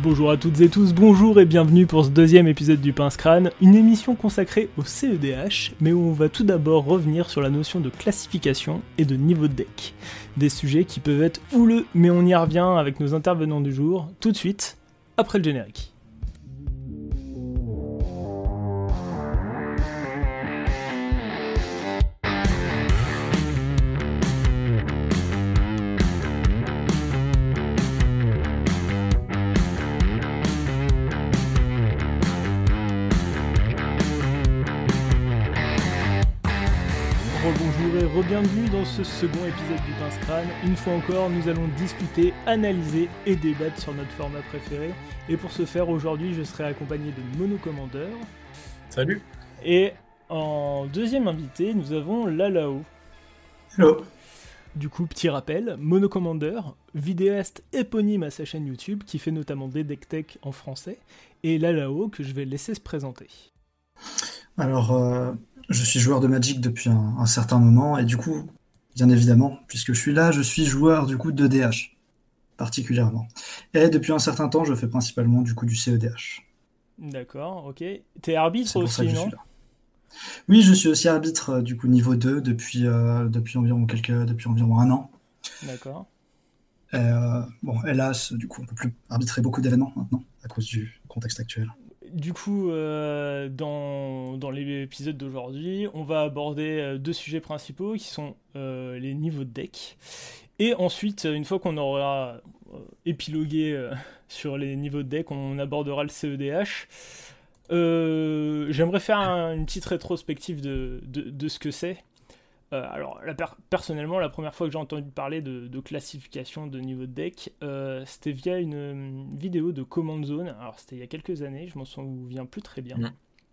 Bonjour à toutes et tous, bonjour et bienvenue pour ce deuxième épisode du Pince Crâne, une émission consacrée au CEDH, mais où on va tout d'abord revenir sur la notion de classification et de niveau de deck. Des sujets qui peuvent être houleux, mais on y revient avec nos intervenants du jour, tout de suite, après le générique. Bonjour et re-bienvenue dans ce second épisode du Pince Crâne. Une fois encore, nous allons discuter, analyser et débattre sur notre format préféré. Et pour ce faire, aujourd'hui, je serai accompagné de Mono Commander. Salut. Et en deuxième invité, nous avons Lalao. Hello. Du coup, petit rappel, Mono Commander, vidéaste éponyme à sa chaîne YouTube, qui fait notamment des deck tech en français, et Lalao, que je vais laisser se présenter. Alors, je suis joueur de Magic depuis un certain moment, et du coup, bien évidemment, puisque je suis là, je suis joueur du coup de DH, particulièrement. Et depuis un certain temps, je fais principalement du coup du CEDH. D'accord, ok. T'es arbitre C'est pour ça aussi, que je non? suis là. Oui, je suis aussi arbitre du coup niveau 2 depuis environ un an. D'accord. Et, bon, hélas, du coup, on peut plus arbitrer beaucoup d'événements maintenant, à cause du contexte actuel. Du coup, dans l'épisode d'aujourd'hui, on va aborder deux sujets principaux qui sont les niveaux de deck. Et ensuite, une fois qu'on aura épilogué sur les niveaux de deck, on abordera le CEDH. J'aimerais faire une petite rétrospective de ce que c'est. Alors, personnellement, la première fois que j'ai entendu parler de classification de niveau de deck, c'était via une vidéo de Command Zone. Alors, c'était il y a quelques années, je m'en souviens plus très bien.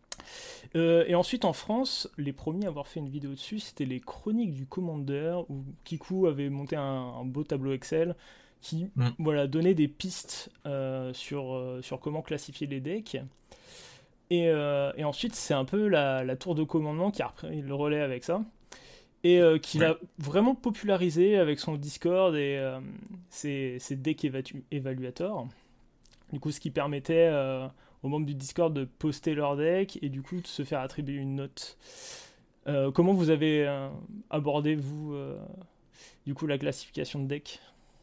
Et ensuite, en France, les premiers à avoir fait une vidéo dessus, c'était les Chroniques du Commander, où Kiku avait monté un beau tableau Excel qui donnait des pistes sur comment classifier les decks. Et ensuite, c'est un peu la tour de commandement qui a repris le relais avec ça. Et qu'il a vraiment popularisé avec son Discord et ses decks évaluateurs. Du coup, ce qui permettait aux membres du Discord de poster leur deck et du coup de se faire attribuer une note. Comment vous avez abordé, vous, du coup, la classification de deck ?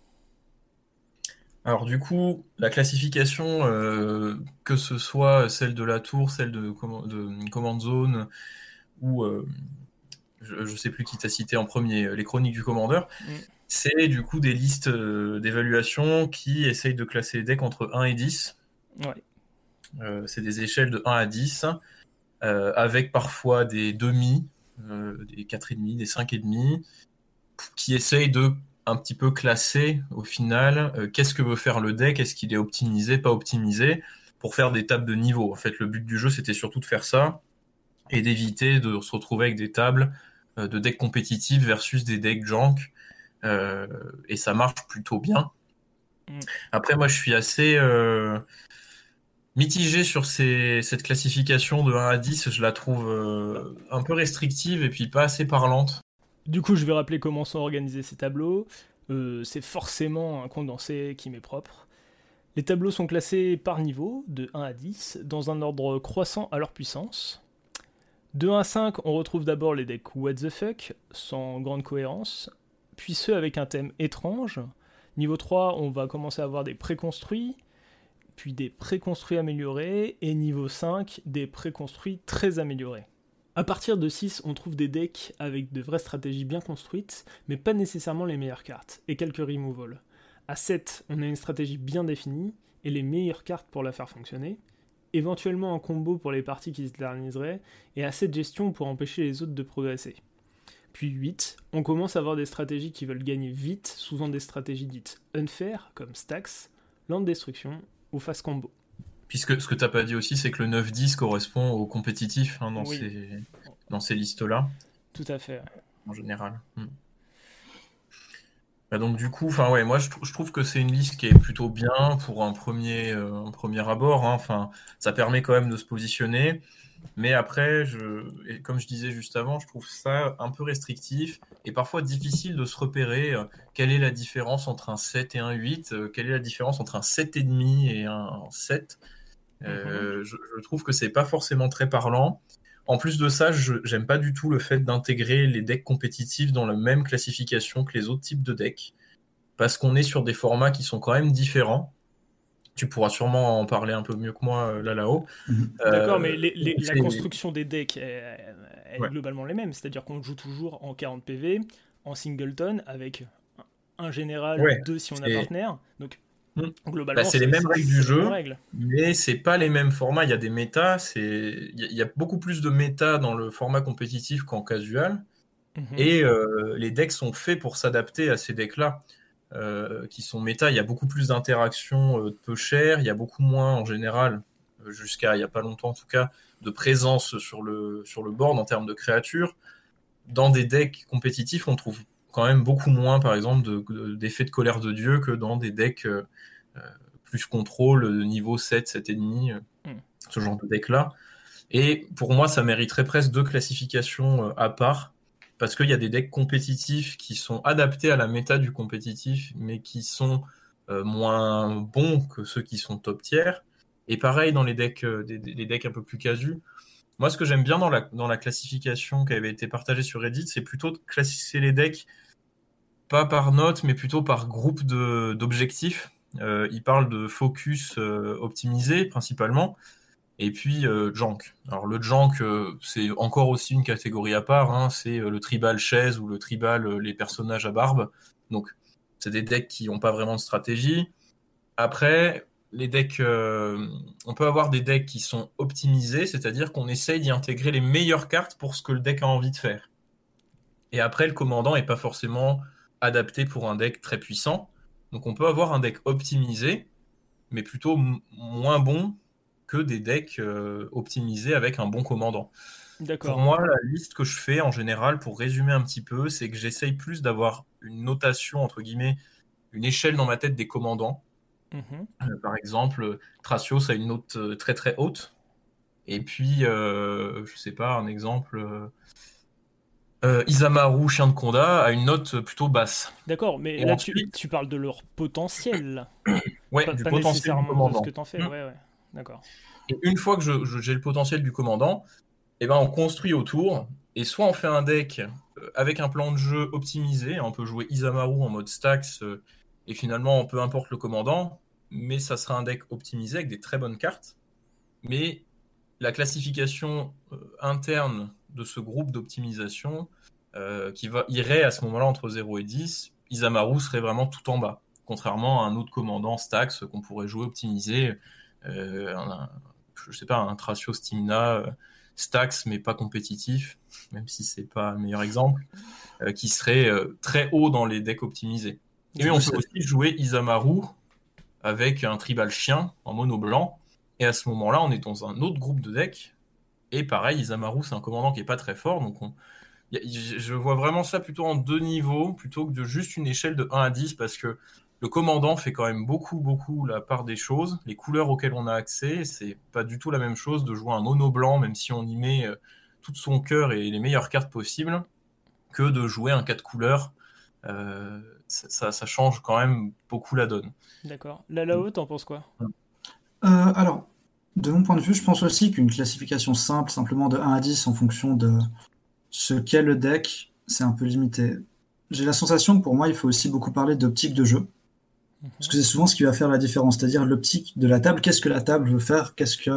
Alors du coup, la classification, que ce soit celle de la tour, celle de Command Zone, ou je sais plus qui t'a cité en premier, les Chroniques du Commandeur, c'est du coup des listes d'évaluation qui essayent de classer les decks entre 1 et 10. Ouais. C'est des échelles de 1 à 10, avec parfois des demi, des 4,5, des 5,5, qui essayent de un petit peu classer au final qu'est-ce que veut faire le deck, est-ce qu'il est optimisé, pas optimisé, pour faire des tables de niveau. En fait, le but du jeu, c'était surtout de faire ça et d'éviter de se retrouver avec des tables de decks compétitifs versus des decks junk, et ça marche plutôt bien. Après, moi, je suis assez mitigé sur cette classification de 1 à 10, je la trouve un peu restrictive et puis pas assez parlante. Du coup, je vais rappeler comment sont organisés ces tableaux. C'est forcément un condensé qui m'est propre. Les tableaux sont classés par niveau, de 1 à 10, dans un ordre croissant à leur puissance. De 1 à 5, on retrouve d'abord les decks What the fuck, sans grande cohérence, puis ceux avec un thème étrange. Niveau 3, on va commencer à avoir des préconstruits, puis des préconstruits améliorés, et niveau 5, des préconstruits très améliorés. À partir de 6, on trouve des decks avec de vraies stratégies bien construites, mais pas nécessairement les meilleures cartes, et quelques removals. À 7, on a une stratégie bien définie, et les meilleures cartes pour la faire fonctionner, éventuellement un combo pour les parties qui se terniseraient, et assez de gestion pour empêcher les autres de progresser. Puis 8, on commence à avoir des stratégies qui veulent gagner vite, souvent des stratégies dites unfair, comme Stacks, Land Destruction ou Fast Combo. Puisque ce que tu n'as pas dit aussi, c'est que le 9-10 correspond au compétitif dans ces listes-là. Tout à fait. En général. Bah donc du coup, moi je trouve que c'est une liste qui est plutôt bien pour un premier abord. Ça permet quand même de se positionner. Mais après, et comme je disais juste avant, je trouve ça un peu restrictif et parfois difficile de se repérer. Quelle est la différence entre un 7 et un 8? Quelle est la différence entre un 7,5 et un 7? Je trouve que c'est pas forcément très parlant. En plus de ça, j'aime pas du tout le fait d'intégrer les decks compétitifs dans la même classification que les autres types de decks, parce qu'on est sur des formats qui sont quand même différents. Tu pourras sûrement en parler un peu mieux que moi là-haut. D'accord, mais la construction des decks, elle est Ouais. globalement les mêmes. C'est-à-dire qu'on joue toujours en 40 PV, en singleton, avec un général, Ouais, 2 si on a c'est- partenaire. Donc, Hmm. globalement, C'est les mêmes règles du c'est les mêmes jeu, règles. mais c'est pas les mêmes formats. Il y a des méta, il y a beaucoup plus de méta dans le format compétitif qu'en casual. Et les decks sont faits pour s'adapter à ces decks-là, qui sont méta. Il y a beaucoup plus d'interactions peu chères, il y a beaucoup moins en général, jusqu'à il y a pas longtemps en tout cas, de présence sur le board en termes de créatures. Dans des decks compétitifs, on trouve quand même beaucoup moins, par exemple, d'effets de colère de Dieu que dans des decks plus contrôle, niveau 7, 7,5, ce genre de deck-là. Et pour moi, ça mériterait presque deux classifications à part, parce qu'il y a des decks compétitifs qui sont adaptés à la méta du compétitif, mais qui sont moins bons que ceux qui sont top tier. Et pareil dans les decks, les decks un peu plus casus. Moi, ce que j'aime bien dans la classification qui avait été partagée sur Reddit, c'est plutôt de classifier les decks pas par note, mais plutôt par groupe d'objectifs. Ils parlent de focus optimisé principalement. Et puis Jank. Alors le Jank, c'est encore aussi une catégorie à part, hein. C'est le tribal chaise ou le tribal les personnages à barbe. Donc c'est des decks qui n'ont pas vraiment de stratégie. Après, les decks, on peut avoir des decks qui sont optimisés, c'est-à-dire qu'on essaye d'y intégrer les meilleures cartes pour ce que le deck a envie de faire. Et après, le commandant n'est pas forcément adapté pour un deck très puissant. Donc on peut avoir un deck optimisé, mais plutôt moins bon que des decks optimisés avec un bon commandant. Pour D'accord. moi, la liste que je fais en général, pour résumer un petit peu, c'est que j'essaye plus d'avoir une notation, entre guillemets, une échelle dans ma tête des commandants. Par exemple, Thracios a une note très très haute. Et puis, je sais pas, un exemple, Isamaru, chien de Conda, a une note plutôt basse. D'accord, mais Et là, ensuite, tu parles de leur potentiel, là. ouais, Pas, du pas potentiel du nécessairement de ce que commandant. t'en fais. Ouais, ouais. D'accord. Et une fois que j'ai le potentiel du commandant, eh ben, on construit autour, et soit on fait un deck avec un plan de jeu optimisé, on peut jouer Isamaru en mode stacks, et finalement, peu importe le commandant, mais ça sera un deck optimisé avec des très bonnes cartes. Mais la classification interne de ce groupe d'optimisation irait à ce moment-là entre 0 et 10, Isamaru serait vraiment tout en bas, contrairement à un autre commandant stacks qu'on pourrait jouer optimisé, je sais pas, un Thracios Stimna stacks mais pas compétitif, même si c'est pas le meilleur exemple, qui serait très haut dans les decks optimisés. Et on peut aussi jouer Isamaru avec un tribal chien en mono blanc, et à ce moment-là, on est dans un autre groupe de decks, et pareil, Isamaru, c'est un commandant qui est pas très fort, donc je vois vraiment ça plutôt en deux niveaux, plutôt que de juste une échelle de 1 à 10, parce que le commandant fait quand même beaucoup, beaucoup la part des choses. Les couleurs auxquelles on a accès, c'est pas du tout la même chose de jouer un mono blanc, même si on y met tout son cœur et les meilleures cartes possibles, que de jouer un 4 couleurs. Ça change quand même beaucoup la donne. D'accord. Là-haut, t'en penses quoi? Alors, de mon point de vue, je pense aussi qu'une classification simple, simplement de 1 à 10 en fonction de ce qu'est le deck, c'est un peu limité. J'ai la sensation que pour moi, il faut aussi beaucoup parler d'optique de jeu. Parce que c'est souvent ce qui va faire la différence, c'est-à-dire l'optique de la table, qu'est-ce que la table veut faire,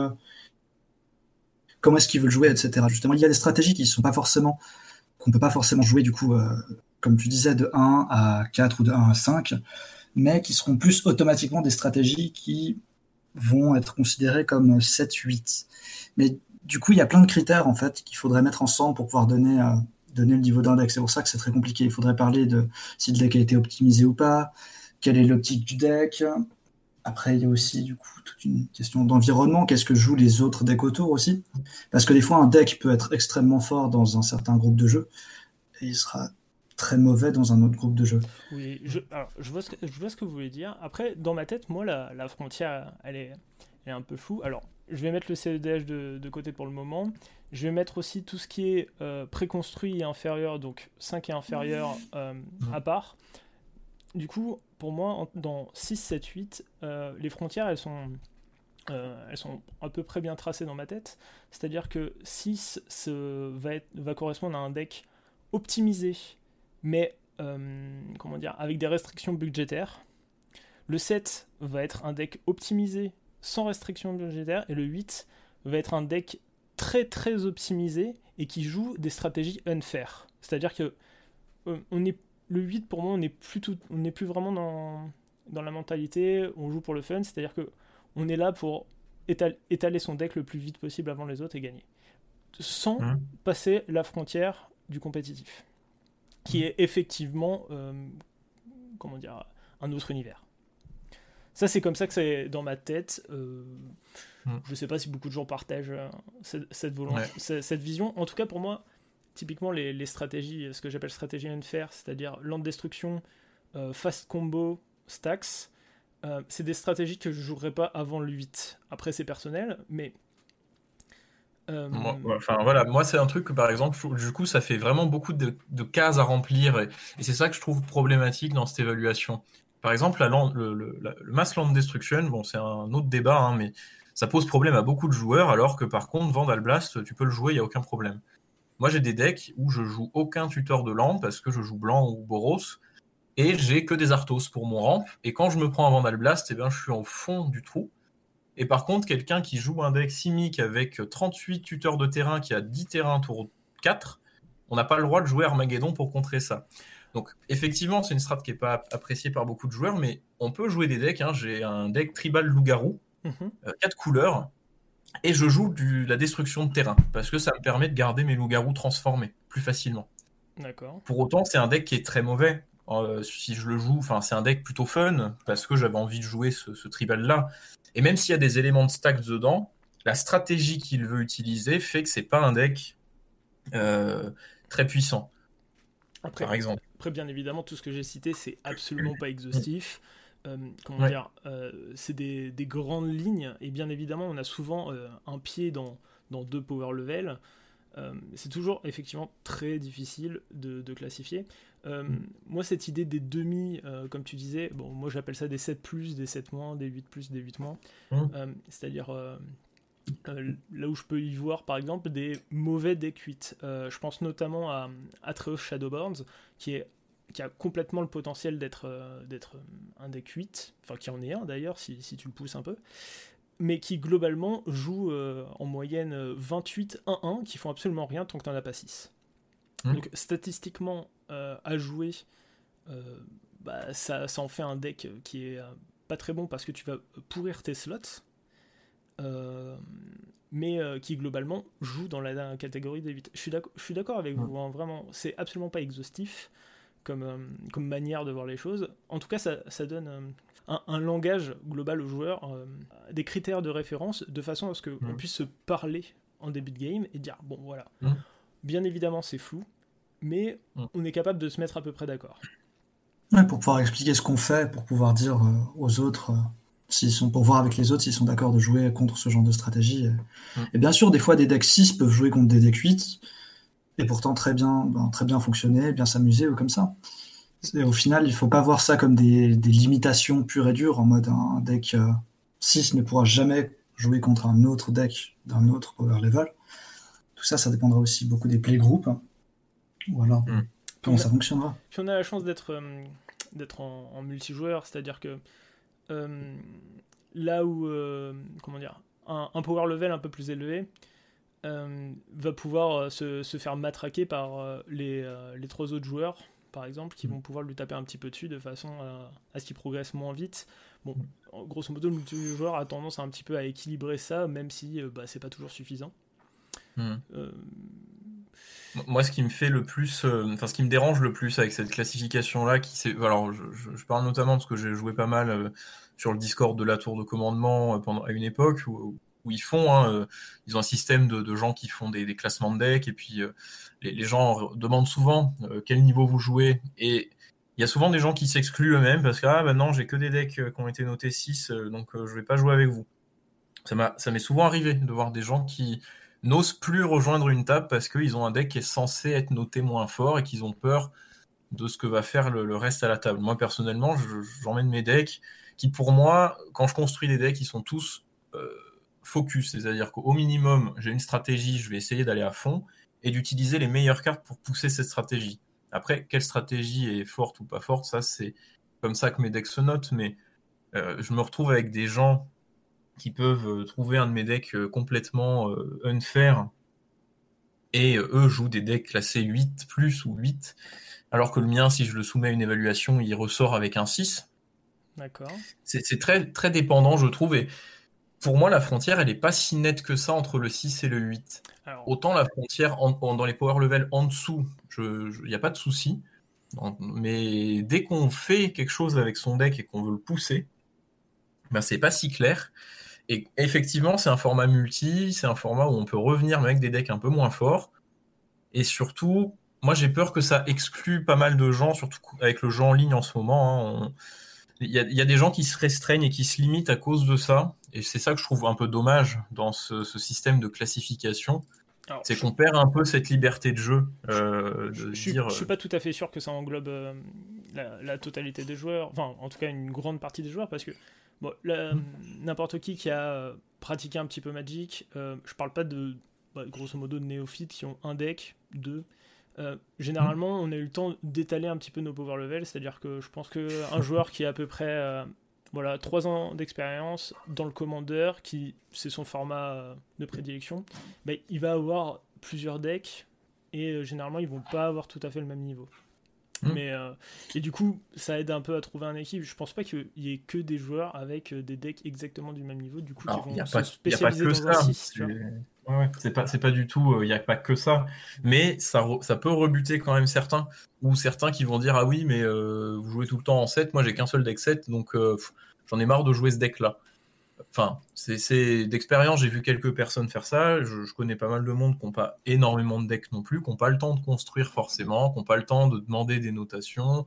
comment est-ce qu'ils veulent jouer, etc. Justement, il y a des stratégies qu'on peut pas forcément jouer, du coup, comme tu disais, de 1 à 4 ou de 1 à 5, mais qui seront plus automatiquement des stratégies qui vont être considérées comme 7, 8. Mais du coup, il y a plein de critères, en fait, qu'il faudrait mettre ensemble pour pouvoir donner le niveau d'un deck. C'est pour ça que c'est très compliqué. Il faudrait parler de si le deck a été optimisé ou pas, quelle est l'optique du deck. Après, il y a aussi, du coup, toute une question d'environnement. Qu'est-ce que jouent les autres decks autour aussi? Parce que des fois, un deck peut être extrêmement fort dans un certain groupe de jeu, et il sera très mauvais dans un autre groupe de jeu. Oui, je vois ce que vous voulez dire. Après, dans ma tête, moi, la frontière, elle est un peu floue. Alors, je vais mettre le CEDH de côté pour le moment. Je vais mettre aussi tout ce qui est préconstruit et inférieur, donc 5 et inférieur à part. Du coup, pour moi, dans 6, 7, 8, les frontières, elles sont à peu près bien tracées dans ma tête. C'est-à-dire que 6 va correspondre à un deck optimisé, mais avec des restrictions budgétaires. Le 7 va être un deck optimisé sans restrictions budgétaires, et le 8 va être un deck très très optimisé et qui joue des stratégies unfair. C'est-à-dire que le 8 pour moi, on n'est plus vraiment dans la mentalité, on joue pour le fun, c'est-à-dire que on est là pour étaler son deck le plus vite possible avant les autres et gagner. Sans passer la frontière du compétitif. Qui est effectivement un autre univers. Ça, c'est comme ça que c'est dans ma tête. Je sais pas si beaucoup de gens partagent cette volonté, cette vision. En tout cas, pour moi, typiquement, les stratégies, ce que j'appelle stratégie unfair, c'est-à-dire land destruction, fast combo, stacks, c'est des stratégies que je jouerais pas avant le 8. Après, c'est personnel, mais... Moi c'est un truc que par exemple, du coup, ça fait vraiment beaucoup de cases à remplir et c'est ça que je trouve problématique dans cette évaluation. Par exemple, le Mass Land Destruction, bon, c'est un autre débat, hein, mais ça pose problème à beaucoup de joueurs, alors que par contre, Vandal Blast, tu peux le jouer, il n'y a aucun problème. Moi, j'ai des decks où je joue aucun tuteur de land parce que je joue blanc ou Boros et j'ai que des Arthos pour mon ramp. Et quand je me prends un Vandal Blast, eh bien, je suis au fond du trou. Et par contre, quelqu'un qui joue un deck Simic avec 38 tuteurs de terrain qui a 10 terrains tour 4, on n'a pas le droit de jouer Armageddon pour contrer ça. Donc effectivement, c'est une strat qui n'est pas appréciée par beaucoup de joueurs, mais on peut jouer des decks. Hein. J'ai un deck Tribal Loup-Garou, 4 couleurs, et je joue la destruction de terrain, parce que ça me permet de garder mes loups-garous transformés plus facilement. D'accord. Pour autant, c'est un deck qui est très mauvais. Si je le joue, c'est un deck plutôt fun, parce que j'avais envie de jouer ce Tribal-là. Et même s'il y a des éléments de stack dedans, la stratégie qu'il veut utiliser fait que c'est pas un deck très puissant. Par exemple. Après, bien évidemment, tout ce que j'ai cité, c'est absolument pas exhaustif. C'est des grandes lignes. Et bien évidemment, on a souvent un pied dans 2 power level. C'est toujours effectivement très difficile de classifier. Moi, cette idée des demi, comme tu disais, moi j'appelle ça des 7+, des 7-, des 8+, des 8-. C'est-à-dire là où je peux y voir par exemple des mauvais deck 8. Je pense notamment à Atreus Shadowborns, qui a complètement le potentiel d'être un deck 8, enfin qui en est un d'ailleurs, si tu le pousses un peu, mais qui globalement joue en moyenne 28-1-1, qui font absolument rien tant que t'en as pas 6. Donc statistiquement, à jouer, ça en fait un deck qui est pas très bon parce que tu vas pourrir tes slots, mais qui globalement joue dans la catégorie des 8. Je suis d'accord avec vous, hein, vraiment, c'est absolument pas exhaustif comme manière de voir les choses. En tout cas, ça donne un langage global aux joueurs, des critères de référence, de façon à ce qu'on puisse se parler en début de game et dire, bon voilà, bien évidemment c'est flou, mais on est capable de se mettre à peu près d'accord. Ouais, pour pouvoir expliquer ce qu'on fait, pour pouvoir dire aux autres, pour voir avec les autres s'ils sont d'accord de jouer contre ce genre de stratégie. Et bien sûr, des fois, des decks 6 peuvent jouer contre des decks 8, et pourtant très bien fonctionner, bien s'amuser ou comme ça. Au final, il ne faut pas voir ça comme des limitations pures et dures, en mode un deck 6 ne pourra jamais jouer contre un autre deck d'un autre power level. Tout ça, ça dépendra aussi beaucoup des playgroups. Ou alors, comment ça fonctionnera. Puis on a la chance d'être en multijoueur, c'est-à-dire que là où un power level un peu plus élevé va pouvoir se faire matraquer par les 3 autres joueurs, par exemple, qui vont pouvoir lui taper un petit peu dessus de façon à ce qu'il progresse moins vite. Bon, grosso modo, le multijoueur a tendance un petit peu à équilibrer ça, même si c'est pas toujours suffisant. Moi, ce qui me fait le plus, ce qui me dérange le plus avec cette classification-là, alors je parle notamment parce que j'ai joué pas mal sur le Discord de la Tour de Commandement à une époque où ils font, ils ont un système de gens qui font des classements de decks, et puis les gens demandent souvent quel niveau vous jouez, et il y a souvent des gens qui s'excluent eux-mêmes parce que non, j'ai que des decks qui ont été notés 6, donc je vais pas jouer avec vous. Ça m'est souvent arrivé de voir des gens qui n'osent plus rejoindre une table parce qu'ils ont un deck qui est censé être noté moins fort et qu'ils ont peur de ce que va faire le reste à la table. Moi, personnellement, j'emmène mes decks qui, pour moi, quand je construis des decks, ils sont tous focus. C'est-à-dire qu'au minimum, j'ai une stratégie, je vais essayer d'aller à fond et d'utiliser les meilleures cartes pour pousser cette stratégie. Après, quelle stratégie est forte ou pas forte, ça, c'est comme ça que mes decks se notent, mais je me retrouve avec des gens qui peuvent trouver un de mes decks complètement unfair et eux jouent des decks classés 8 plus ou 8, alors que le mien, si je le soumets à une évaluation, il ressort avec un 6. D'accord. C'est très, très dépendant, je trouve, et pour moi, la frontière, elle n'est pas si nette que ça entre le 6 et le 8. Alors, Autant la frontière dans les power level en dessous, il n'y a pas de souci, mais dès qu'on fait quelque chose avec son deck et qu'on veut le pousser, ben, c'est pas si clair. Et effectivement, c'est un format multi, c'est un format où on peut revenir mais avec des decks un peu moins forts. Et surtout, moi j'ai peur que ça exclue pas mal de gens, surtout avec le jeu en ligne en ce moment. Il y a des gens qui se restreignent et qui se limitent à cause de ça. Et c'est ça que je trouve un peu dommage dans ce système de classification. alors, C'est qu'on perd un peu cette liberté de jeu. je suis pas tout à fait sûr que ça englobe la totalité des joueurs, enfin en tout cas une grande partie des joueurs, parce que bon, n'importe qui a pratiqué un petit peu Magic, je parle pas de grosso modo de néophytes qui ont un deck, deux. Généralement, on a eu le temps d'étaler un petit peu nos power levels, c'est-à-dire que je pense qu'un joueur qui a à peu près 3 ans d'expérience dans le Commander, qui c'est son format de prédilection, il va avoir plusieurs decks et généralement ils vont pas avoir tout à fait le même niveau. Mais, et du coup, ça aide un peu à trouver un équilibre. Je pense pas qu'il y ait que des joueurs avec des decks exactement du même niveau, du coup, Alors, qui vont se spécialiser dans un 6. Tu vois. Ouais, c'est pas du tout, il n'y a pas que ça, mais ça peut rebuter quand même certains, ou certains qui vont dire ah oui, mais vous jouez tout le temps en 7, moi j'ai qu'un seul deck 7, donc j'en ai marre de jouer ce deck-là. Enfin, c'est d'expérience, j'ai vu quelques personnes faire ça, je connais pas mal de monde qui n'ont pas énormément de decks non plus, qui n'ont pas le temps de construire forcément, qui n'ont pas le temps de demander des notations.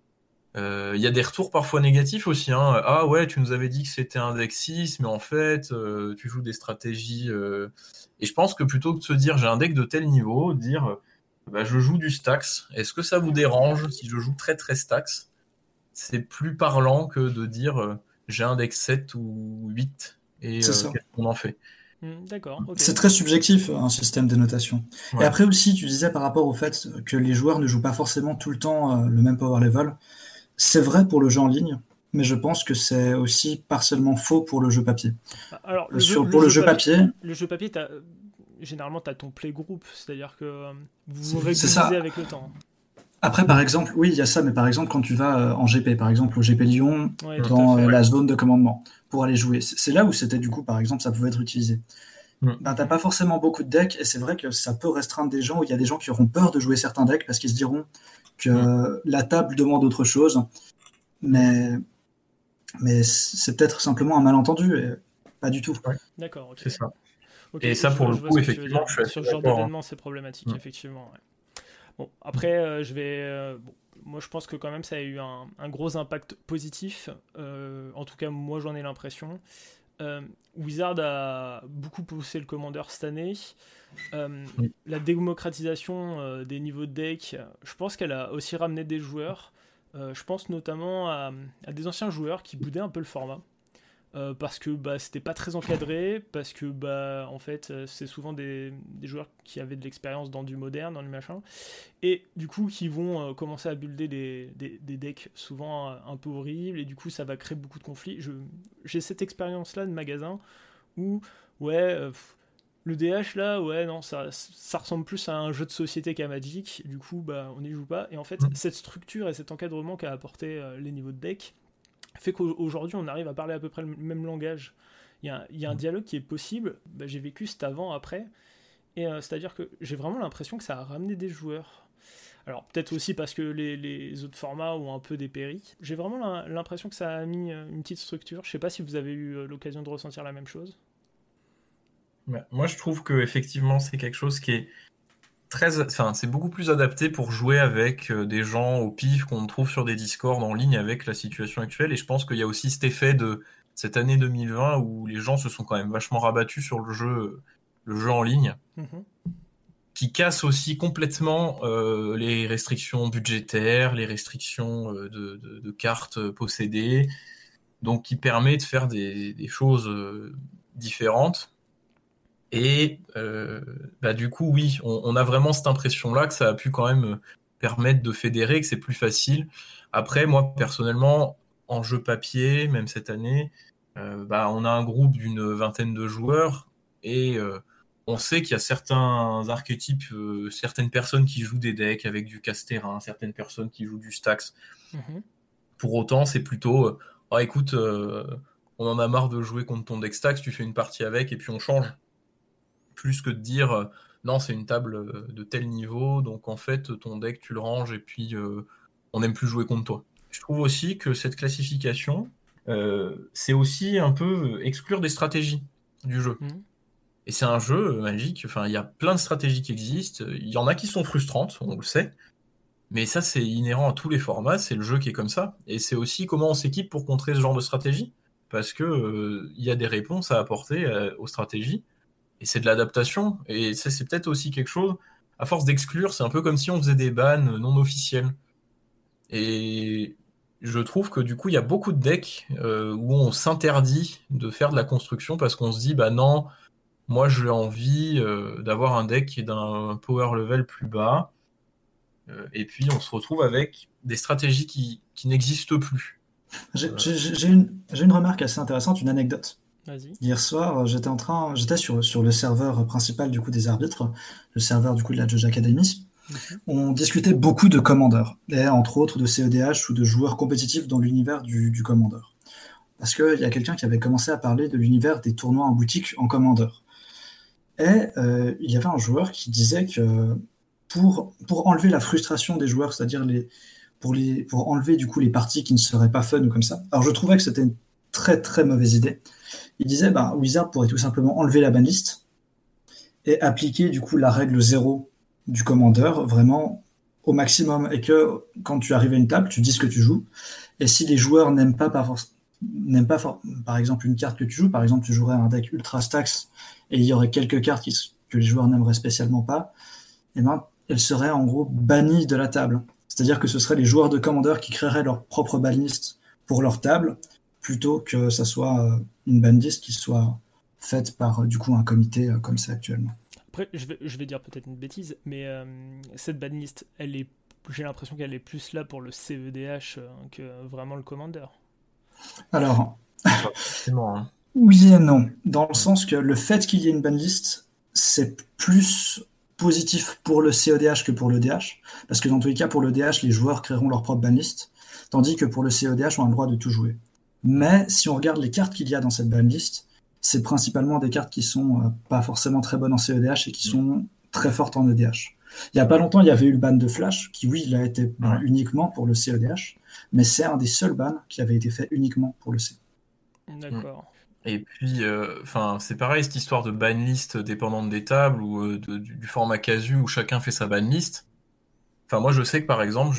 Il y a des retours parfois négatifs aussi. Hein. Ah ouais, tu nous avais dit que c'était un deck 6, mais en fait, tu joues des stratégies. Et je pense que plutôt que de se dire j'ai un deck de tel niveau, dire je joue du Stax. Est-ce que ça vous dérange si je joue très très Stax? C'est plus parlant que de dire j'ai un deck 7 ou 8 et C'est ça. qu'est-ce qu'on en fait? D'accord, ok. C'est très subjectif, un système de notation. Ouais. Et après aussi, tu disais par rapport au fait que les joueurs ne jouent pas forcément tout le temps le même power level. C'est vrai pour le jeu en ligne, mais je pense que c'est aussi partiellement faux pour le jeu papier. Alors, Pour le jeu papier, le jeu papier, généralement, tu as ton playgroup, c'est-à-dire que vous c'est réduisez ça. avec le temps. Après, par exemple, oui, il y a ça, mais par exemple, quand tu vas en GP, par exemple, au GP Lyon, Ouais, tout dans à fait. la zone de commandement, pour aller jouer, c'est là où c'était du coup, par exemple, ça pouvait être utilisé. Ben, t'as pas forcément beaucoup de decks, et c'est vrai que ça peut restreindre des gens, où il y a des gens qui auront peur de jouer certains decks parce qu'ils se diront que la table demande autre chose, mais c'est peut-être simplement un malentendu, et pas du tout. Ouais, D'accord, ok. c'est ça. Ok, Et ça, je pour vois le ce coup, que tu veux effectivement, dire. je suis assez Sur ce genre d'accord. d'événement, c'est problématique, effectivement. Ouais. Bon, après, moi, je pense que quand même, ça a eu un gros impact positif. En tout cas, moi, j'en ai l'impression. Wizard a beaucoup poussé le Commander cette année. La démocratisation des niveaux de deck, je pense qu'elle a aussi ramené des joueurs. Je pense notamment à des anciens joueurs qui boudaient un peu le format. Parce que c'était pas très encadré, parce que en fait c'est souvent des joueurs qui avaient de l'expérience dans du moderne, dans du machin, et du coup qui vont commencer à builder des decks souvent un peu horribles, et du coup ça va créer beaucoup de conflits. J'ai cette expérience là de magasin où le DH là, ouais non, ça ressemble plus à un jeu de société qu'à Magic, du coup on n'y joue pas, et en fait cette structure et cet encadrement qu'a apporté les niveaux de deck fait qu'aujourd'hui on arrive à parler à peu près le même langage. Il y a un dialogue qui est possible. J'ai vécu cet avant-après, et c'est-à-dire que j'ai vraiment l'impression que ça a ramené des joueurs. Alors peut-être aussi parce que les autres formats ont un peu dépéri. J'ai vraiment l'impression que ça a mis une petite structure. Je sais pas si vous avez eu l'occasion de ressentir la même chose. Moi, je trouve que effectivement, c'est quelque chose qui est c'est beaucoup plus adapté pour jouer avec des gens au pif qu'on trouve sur des Discord en ligne avec la situation actuelle. Et je pense qu'il y a aussi cet effet de cette année 2020 où les gens se sont quand même vachement rabattus sur le jeu en ligne, qui casse aussi complètement les restrictions budgétaires, les restrictions de cartes possédées, donc qui permet de faire des choses différentes. Et du coup, oui, on a vraiment cette impression-là que ça a pu quand même permettre de fédérer, que c'est plus facile. Après, moi, personnellement, en jeu papier, même cette année, on a un groupe d'une 20aine de joueurs et on sait qu'il y a certains archétypes, certaines personnes qui jouent des decks avec du casse-terrain, certaines personnes qui jouent du Stax. Pour autant, c'est plutôt écoute, on en a marre de jouer contre ton deck Stax, tu fais une partie avec et puis on change. Plus que de dire non, c'est une table de tel niveau, donc en fait, ton deck, tu le ranges et puis on n'aime plus jouer contre toi. Je trouve aussi que cette classification, c'est aussi un peu exclure des stratégies du jeu. Et c'est un jeu magique, enfin, il y a plein de stratégies qui existent, il y en a qui sont frustrantes, on le sait, mais ça, c'est inhérent à tous les formats, c'est le jeu qui est comme ça, et c'est aussi comment on s'équipe pour contrer ce genre de stratégie, parce que il y a des réponses à apporter aux stratégies, et c'est de l'adaptation, et ça, c'est peut-être aussi quelque chose, à force d'exclure, c'est un peu comme si on faisait des bans non officiels. Et je trouve que du coup, il y a beaucoup de decks où on s'interdit de faire de la construction parce qu'on se dit, bah non, moi j'ai envie d'avoir un deck qui est d'un power level plus bas, et puis on se retrouve avec des stratégies qui n'existent plus. J'ai une remarque assez intéressante, une anecdote. Vas-y. Hier soir, j'étais sur le serveur principal du coup des arbitres, le serveur du coup de la Judge Academy. On discutait beaucoup de commandeurs, et entre autres de CEDH ou de joueurs compétitifs dans l'univers du commandeur. Parce qu'il y a quelqu'un qui avait commencé à parler de l'univers des tournois en boutique en commandeur. Et il y avait un joueur qui disait que pour enlever la frustration des joueurs, c'est-à-dire pour enlever du coup les parties qui ne seraient pas fun ou comme ça, alors je trouvais que c'était une très très mauvaise idée. Il disait Wizard pourrait tout simplement enlever la banlist et appliquer du coup la règle 0 du commandeur vraiment au maximum, et que quand tu arrives à une table, tu dis ce que tu joues, et si les joueurs n'aiment pas par exemple une carte que tu joues, par exemple tu jouerais un deck Ultra Stax et il y aurait quelques cartes que les joueurs n'aimeraient spécialement pas, et elles seraient en gros bannies de la table. C'est-à-dire que ce seraient les joueurs de commandeur qui créeraient leur propre banlist pour leur table, plutôt que ça soit une banlist qui soit faite par du coup un comité comme c'est actuellement. Après, je vais dire peut-être une bêtise, mais cette banlist, j'ai l'impression qu'elle est plus là pour le CEDH que vraiment le Commander. Alors, Hein. Oui et non, dans le sens que le fait qu'il y ait une banlist, c'est plus positif pour le CEDH que pour le DH, parce que dans tous les cas, pour le DH, les joueurs créeront leur propre banlist, tandis que pour le CEDH, on a le droit de tout jouer. Mais si on regarde les cartes qu'il y a dans cette banlist, c'est principalement des cartes qui sont pas forcément très bonnes en CEDH et qui sont très fortes en EDH. Il n'y a pas longtemps, il y avait eu le ban de Flash, qui oui, il a été uniquement pour le CEDH, mais c'est un des seuls bans qui avait été fait uniquement pour le C. D'accord. Et puis, c'est pareil, cette histoire de banlist dépendante des tables ou du format casu où chacun fait sa banlist. Enfin, moi, je sais que par exemple,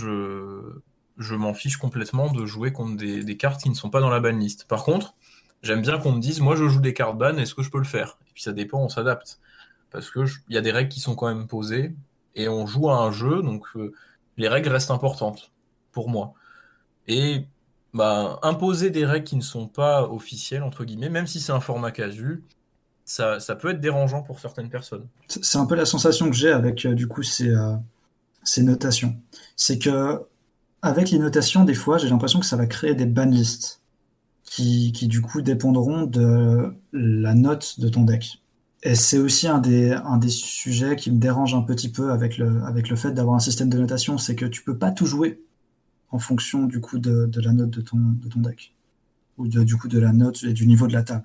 je m'en fiche complètement de jouer contre des cartes qui ne sont pas dans la banlist. Par contre, j'aime bien qu'on me dise, moi, je joue des cartes ban, est-ce que je peux le faire? Et puis ça dépend, on s'adapte. Parce que il y a des règles qui sont quand même posées et on joue à un jeu, donc les règles restent importantes pour moi. Et imposer des règles qui ne sont pas officielles, entre guillemets, même si c'est un format casu, ça peut être dérangeant pour certaines personnes. C'est un peu la sensation que j'ai avec du coup ces notations. C'est que avec les notations, des fois, j'ai l'impression que ça va créer des banlists qui du coup dépendront de la note de ton deck. Et c'est aussi un des sujets qui me dérange un petit peu avec le fait d'avoir un système de notation, c'est que tu peux pas tout jouer en fonction du coup de la note de ton deck, ou du coup de la note et du niveau de la table.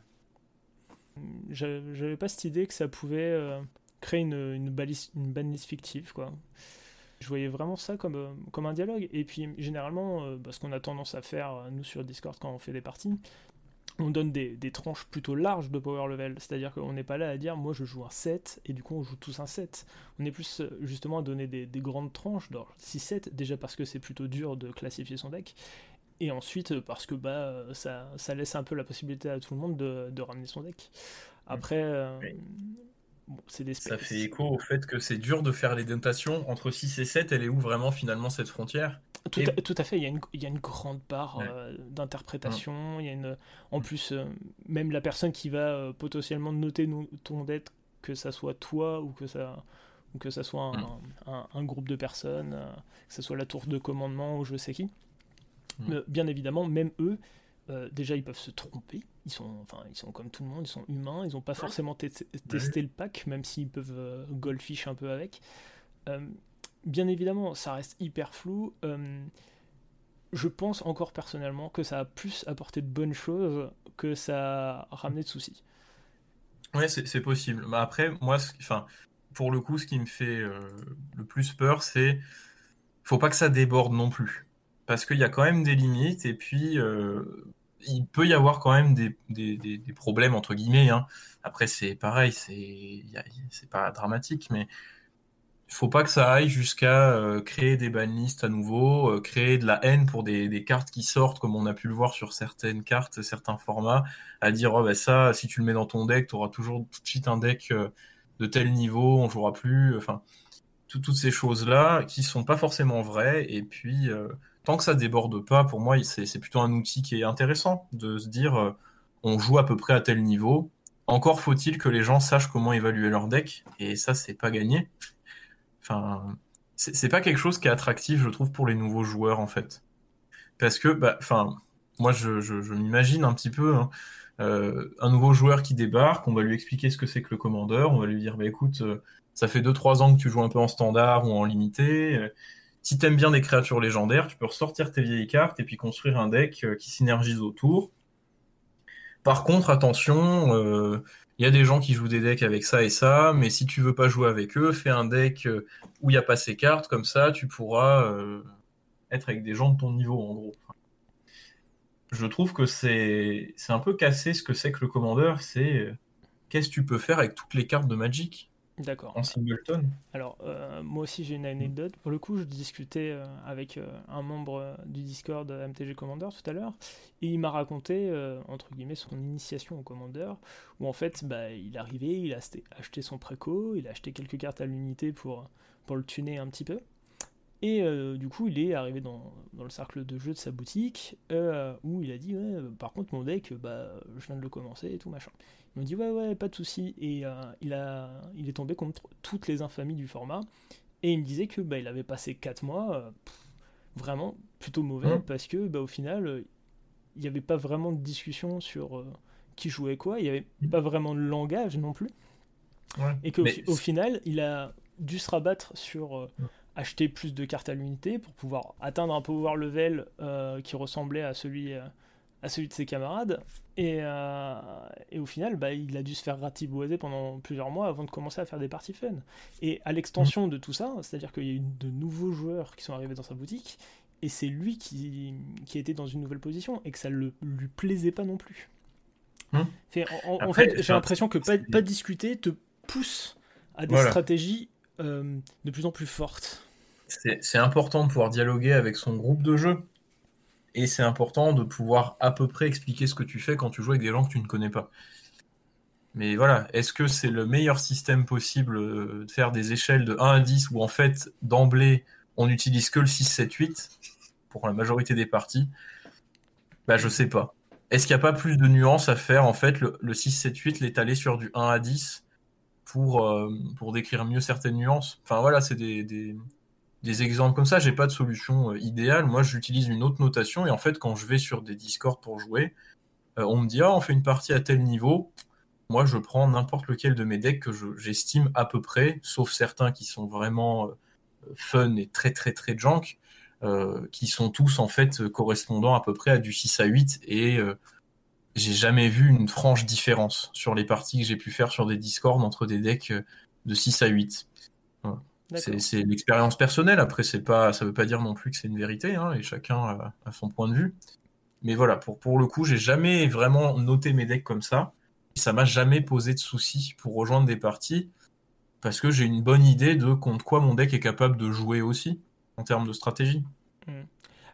J'avais pas cette idée que ça pouvait créer une banlist fictive, quoi. Je voyais vraiment ça comme un dialogue. Et puis généralement, ce qu'on a tendance à faire nous sur Discord quand on fait des parties, on donne des tranches plutôt larges de power level, c'est-à-dire qu'on n'est pas là à dire moi je joue un 7 et du coup on joue tous un 7. On est plus justement à donner des grandes tranches, 6-7, déjà parce que c'est plutôt dur de classifier son deck, Et ensuite, parce que ça laisse un peu la possibilité à tout le monde de ramener son deck. Après, Oui. bon, c'est des Ça fait specs. écho au fait que c'est dur de faire les notations. Entre 6 et 7, elle est où vraiment finalement cette frontière? Et Tout à fait, il y a une grande part ouais. Mm. d'interprétation. En plus, même la personne qui va potentiellement noter ton deck, que ça soit toi ou que ça soit Mm. un groupe de personnes, que ça soit la tour de commandement ou je sais qui. Mm. Mais bien évidemment, même eux, déjà ils peuvent se tromper. Ils sont comme tout le monde, ils sont humains, ils n'ont pas forcément testé le pack, même s'ils peuvent goldfish un peu avec. Euh, Bien évidemment, ça reste hyper flou. Je pense encore personnellement que ça a plus apporté de bonnes choses que ça a ramené de soucis. Ouais, c'est possible. Mais après, moi, enfin, pour le coup, ce qui me fait le plus peur, c'est faut pas que ça déborde non plus. Parce qu'il y a quand même des limites, et puis il peut y avoir quand même des problèmes, entre guillemets, hein. Après, c'est pareil, c'est pas dramatique, mais il faut pas que ça aille jusqu'à créer des banlists à nouveau, créer de la haine pour des cartes qui sortent, comme on a pu le voir sur certaines cartes, certains formats, à dire oh, bah, ça, si tu le mets dans ton deck, tu auras toujours tout de suite un deck de tel niveau, on jouera plus. Enfin, toutes ces choses-là qui sont pas forcément vraies. Et puis, tant que ça déborde pas, pour moi, c'est plutôt un outil qui est intéressant de se dire on joue à peu près à tel niveau. Encore faut-il que les gens sachent comment évaluer leur deck, et ça, c'est pas gagné. Enfin, c'est pas quelque chose qui est attractif, je trouve, pour les nouveaux joueurs, en fait. Parce que, bah, enfin, moi, je m'imagine un petit peu hein, un nouveau joueur qui débarque, on va lui expliquer ce que c'est que le commandeur, on va lui dire, bah, écoute, ça fait 2-3 ans que tu joues un peu en standard ou en limité. Si t'aimes bien des créatures légendaires, tu peux ressortir tes vieilles cartes et puis construire un deck qui synergise autour. Par contre, attention, il y a des gens qui jouent des decks avec ça et ça, mais si tu veux pas jouer avec eux, fais un deck où il n'y a pas ces cartes, comme ça tu pourras être avec des gens de ton niveau, en gros. Je trouve que c'est un peu cassé ce que c'est que le commandeur, c'est qu'est-ce que tu peux faire avec toutes les cartes de Magic D'accord. en singleton? Alors, moi aussi j'ai une anecdote. Pour le coup, je discutais avec un membre du Discord MTG Commander tout à l'heure, et il m'a raconté, entre guillemets, son initiation au Commander, où en fait, il est arrivé, il a acheté son préco, il a acheté quelques cartes à l'unité pour le tuner un petit peu, et du coup, il est arrivé dans le cercle de jeu de sa boutique, où il a dit, ouais, par contre, mon deck, je viens de le commencer et tout, machin. Il m'a dit, ouais, ouais, pas de souci. Et il est tombé contre toutes les infamies du format. Et il me disait que il avait passé 4 mois vraiment plutôt mauvais, Hum, parce que au final, il n'y avait pas vraiment de discussion sur qui jouait quoi, il n'y avait pas vraiment de langage non plus. ouais. Et qu'au Mais au final, il a dû se rabattre sur acheter plus de cartes à l'unité pour pouvoir atteindre un power level qui ressemblait à celui de ses camarades. Et au final, il a dû se faire ratiboiser pendant plusieurs mois avant de commencer à faire des parties fun. Et à l'extension de tout ça, c'est-à-dire qu'il y a eu de nouveaux joueurs qui sont arrivés dans sa boutique, et c'est lui qui était dans une nouvelle position, et que ça ne lui plaisait pas non plus. hum. En Après, fait, j'ai l'impression que pas discuter te pousse à des voilà. stratégies de plus en plus fortes. C'est important de pouvoir dialoguer avec son groupe de jeu. Et c'est important de pouvoir à peu près expliquer ce que tu fais quand tu joues avec des gens que tu ne connais pas. Mais voilà, est-ce que c'est le meilleur système possible de faire des échelles de 1 à 10 où en fait, d'emblée, on n'utilise que le 6, 7, 8 pour la majorité des parties? Bah, je sais pas. Est-ce qu'il n'y a pas plus de nuances à faire, en fait, le 6, 7, 8, l'étaler sur du 1 à 10 pour décrire mieux certaines nuances? Enfin voilà, c'est des exemples comme ça. J'ai pas de solution idéale. Moi, j'utilise une autre notation et en fait, quand je vais sur des Discord pour jouer, on me dit, ah, on fait une partie à tel niveau. Moi, je prends n'importe lequel de mes decks que j'estime à peu près, sauf certains qui sont vraiment fun et très très très junk, qui sont tous en fait correspondant à peu près à du 6 à 8 et j'ai jamais vu une franche différence sur les parties que j'ai pu faire sur des Discord entre des decks de 6 à 8. Voilà. D'accord. C'est l'expérience personnelle, après c'est pas, ça veut pas dire non plus que c'est une vérité, hein, et chacun a son point de vue. Mais voilà, pour le coup, j'ai jamais vraiment noté mes decks comme ça. Et ça m'a jamais posé de soucis pour rejoindre des parties, parce que j'ai une bonne idée de contre quoi mon deck est capable de jouer aussi, en termes de stratégie. Hmm.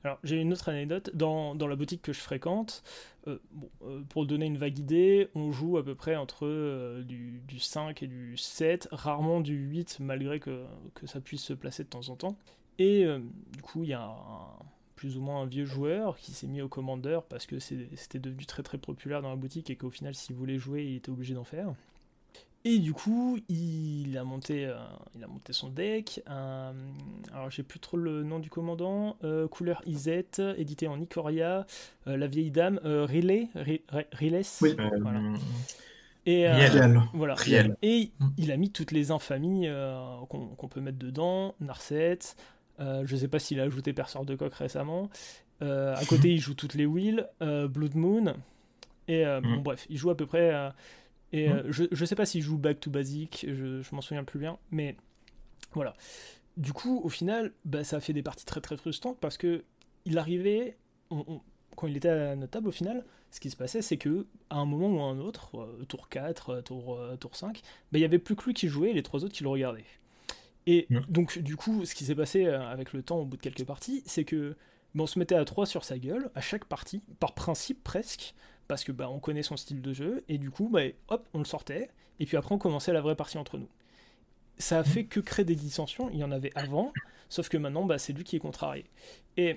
Alors, j'ai une autre anecdote. Dans la boutique que je fréquente, pour donner une vague idée, on joue à peu près entre du 5 et du 7, rarement du 8, malgré que ça puisse se placer de temps en temps. Et du coup, il y a plus ou moins un vieux joueur qui s'est mis au Commander parce que c'était devenu très très populaire dans la boutique et qu'au final, s'il voulait jouer, il était obligé d'en faire. Et du coup, il a monté son deck. Alors, j'ai plus trop le nom du commandant. Couleur Izette, édité en Ikoria. La vieille dame, Riles. Oui. Voilà. Et Riel. voilà. Riel. Et il a mis toutes les infamies qu'on peut mettre dedans. Narset. Je sais pas s'il a ajouté Perceur de Coq récemment. À côté, il joue toutes les Wheels. Blood Moon. Et bon, bref, il joue à peu près. Et je sais pas s'il joue Back to Basic, je m'en souviens plus bien, mais voilà. Du coup, au final, ça a fait des parties très très frustrantes parce que il arrivait, quand il était à notre table, au final, ce qui se passait, c'est que à un moment ou à un autre, tour 4, tour 5, il y avait plus que lui qui jouait et les trois autres qui le regardaient. Et donc, du coup, ce qui s'est passé avec le temps au bout de quelques parties, c'est que on se mettait à 3 sur sa gueule à chaque partie, par principe presque, parce que on connaît son style de jeu, et du coup, hop, on le sortait, et puis après on commençait la vraie partie entre nous. Ça a fait que créer des dissensions, il y en avait avant, sauf que maintenant, c'est lui qui est contrarié. Et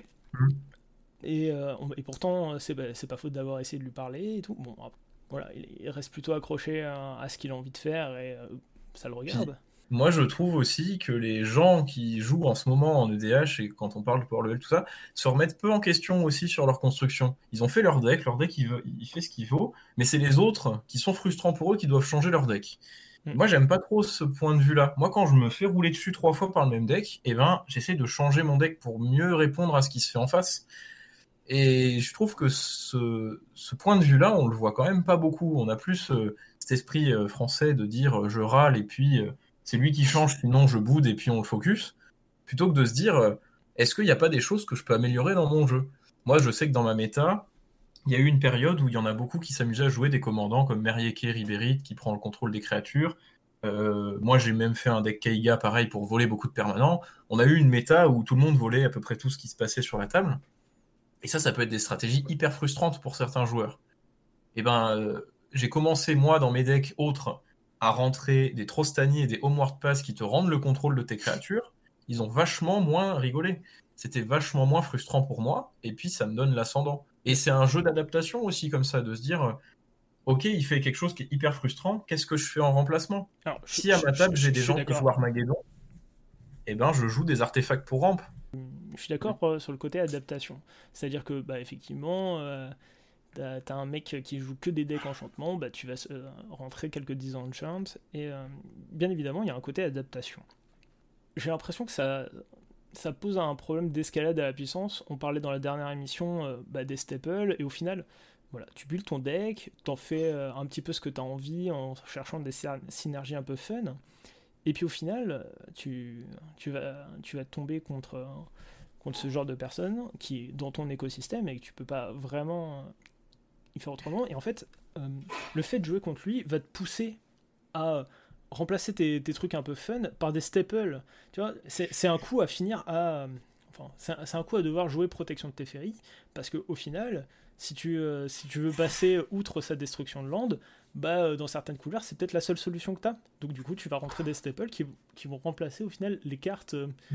pourtant, c'est pas faute d'avoir essayé de lui parler et tout. Bon, voilà, il reste plutôt accroché à ce qu'il a envie de faire, et ça le regarde. Moi, je trouve aussi que les gens qui jouent en ce moment en EDH, et quand on parle de Power Level, tout ça, se remettent peu en question aussi sur leur construction. Ils ont fait leur deck il fait ce qu'il faut, mais c'est les autres qui sont frustrants pour eux qui doivent changer leur deck. Moi, j'aime pas trop ce point de vue-là. Moi, quand je me fais rouler dessus 3 fois par le même deck, j'essaie de changer mon deck pour mieux répondre à ce qui se fait en face. Et je trouve que ce point de vue-là, on le voit quand même pas beaucoup. On a plus cet esprit français de dire je râle et puis c'est lui qui change, sinon je boude et puis on le focus, plutôt que de se dire est-ce qu'il n'y a pas des choses que je peux améliorer dans mon jeu? Moi, je sais que dans ma méta, il y a eu une période où il y en a beaucoup qui s'amusaient à jouer des commandants comme Merieke Ribéry qui prend le contrôle des créatures. Moi, j'ai même fait un deck Kaiga pareil pour voler beaucoup de permanents. On a eu une méta où tout le monde volait à peu près tout ce qui se passait sur la table. Et ça peut être des stratégies hyper frustrantes pour certains joueurs. J'ai commencé, moi, dans mes decks autres, à rentrer des Trostani et des Homeward Pass qui te rendent le contrôle de tes créatures. Ils ont vachement moins rigolé. C'était vachement moins frustrant pour moi, et puis ça me donne l'ascendant. Et c'est un jeu d'adaptation aussi, comme ça, de se dire ok, il fait quelque chose qui est hyper frustrant, qu'est-ce que je fais en remplacement? Alors, si à ma table, j'ai des gens qui jouent Armageddon, je joue des artefacts pour ramp. Je suis d'accord sur le côté adaptation. C'est-à-dire que, effectivement, t'as un mec qui joue que des decks enchantement, tu vas rentrer quelques disenchants, et bien évidemment, il y a un côté adaptation. J'ai l'impression que ça pose un problème d'escalade à la puissance. On parlait dans la dernière émission des staples, et au final, voilà, tu builds ton deck, t'en fais un petit peu ce que t'as envie en cherchant des synergies un peu fun. Et puis au final, tu vas tomber contre ce genre de personne qui est dans ton écosystème et que tu peux pas vraiment y faire autrement. Et en fait, le fait de jouer contre lui va te pousser à remplacer tes trucs un peu fun par des staples. Tu vois, c'est un coup à finir à... Enfin, c'est un coup à devoir jouer protection de Teferi, parce qu'au final, si tu veux passer outre sa destruction de land, dans certaines couleurs, c'est peut-être la seule solution que tu as. Donc du coup, tu vas rentrer des staples qui vont remplacer au final les cartes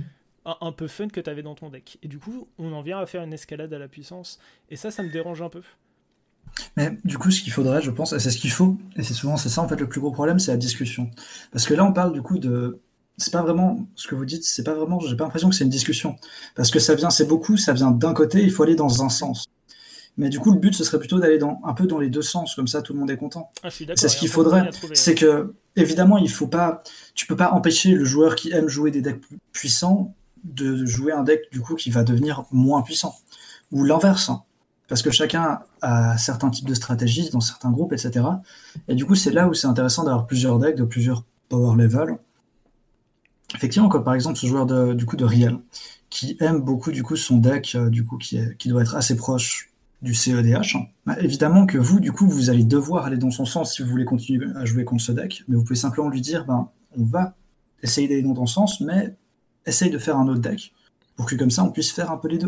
un peu fun que tu avais dans ton deck. Et du coup, on en vient à faire une escalade à la puissance. Et ça me dérange un peu. Mais du coup, ce qu'il faudrait, je pense, et c'est ce qu'il faut, et c'est ça en fait le plus gros problème, c'est la discussion. Parce que là, on parle du coup de... C'est pas vraiment ce que vous dites, c'est pas vraiment... J'ai pas l'impression que c'est une discussion. Parce que ça vient d'un côté, il faut aller dans un sens. Mais du coup, le but, ce serait plutôt d'aller un peu dans les deux sens, comme ça, tout le monde est content. Ah, je suis d'accord, c'est ce qu'il faudrait. C'est que, évidemment, tu peux pas empêcher le joueur qui aime jouer des decks puissants de jouer un deck, du coup, qui va devenir moins puissant. Ou l'inverse. Parce que chacun a certains types de stratégies dans certains groupes, etc. Et du coup, c'est là où c'est intéressant d'avoir plusieurs decks de plusieurs power level. Effectivement, comme par exemple ce joueur de Riel, qui aime beaucoup du coup son deck, qui doit être assez proche du CEDH. Évidemment que vous, du coup, vous allez devoir aller dans son sens si vous voulez continuer à jouer contre ce deck, mais vous pouvez simplement lui dire, on va essayer d'aller dans ton sens, mais essaye de faire un autre deck, pour que comme ça, on puisse faire un peu les deux.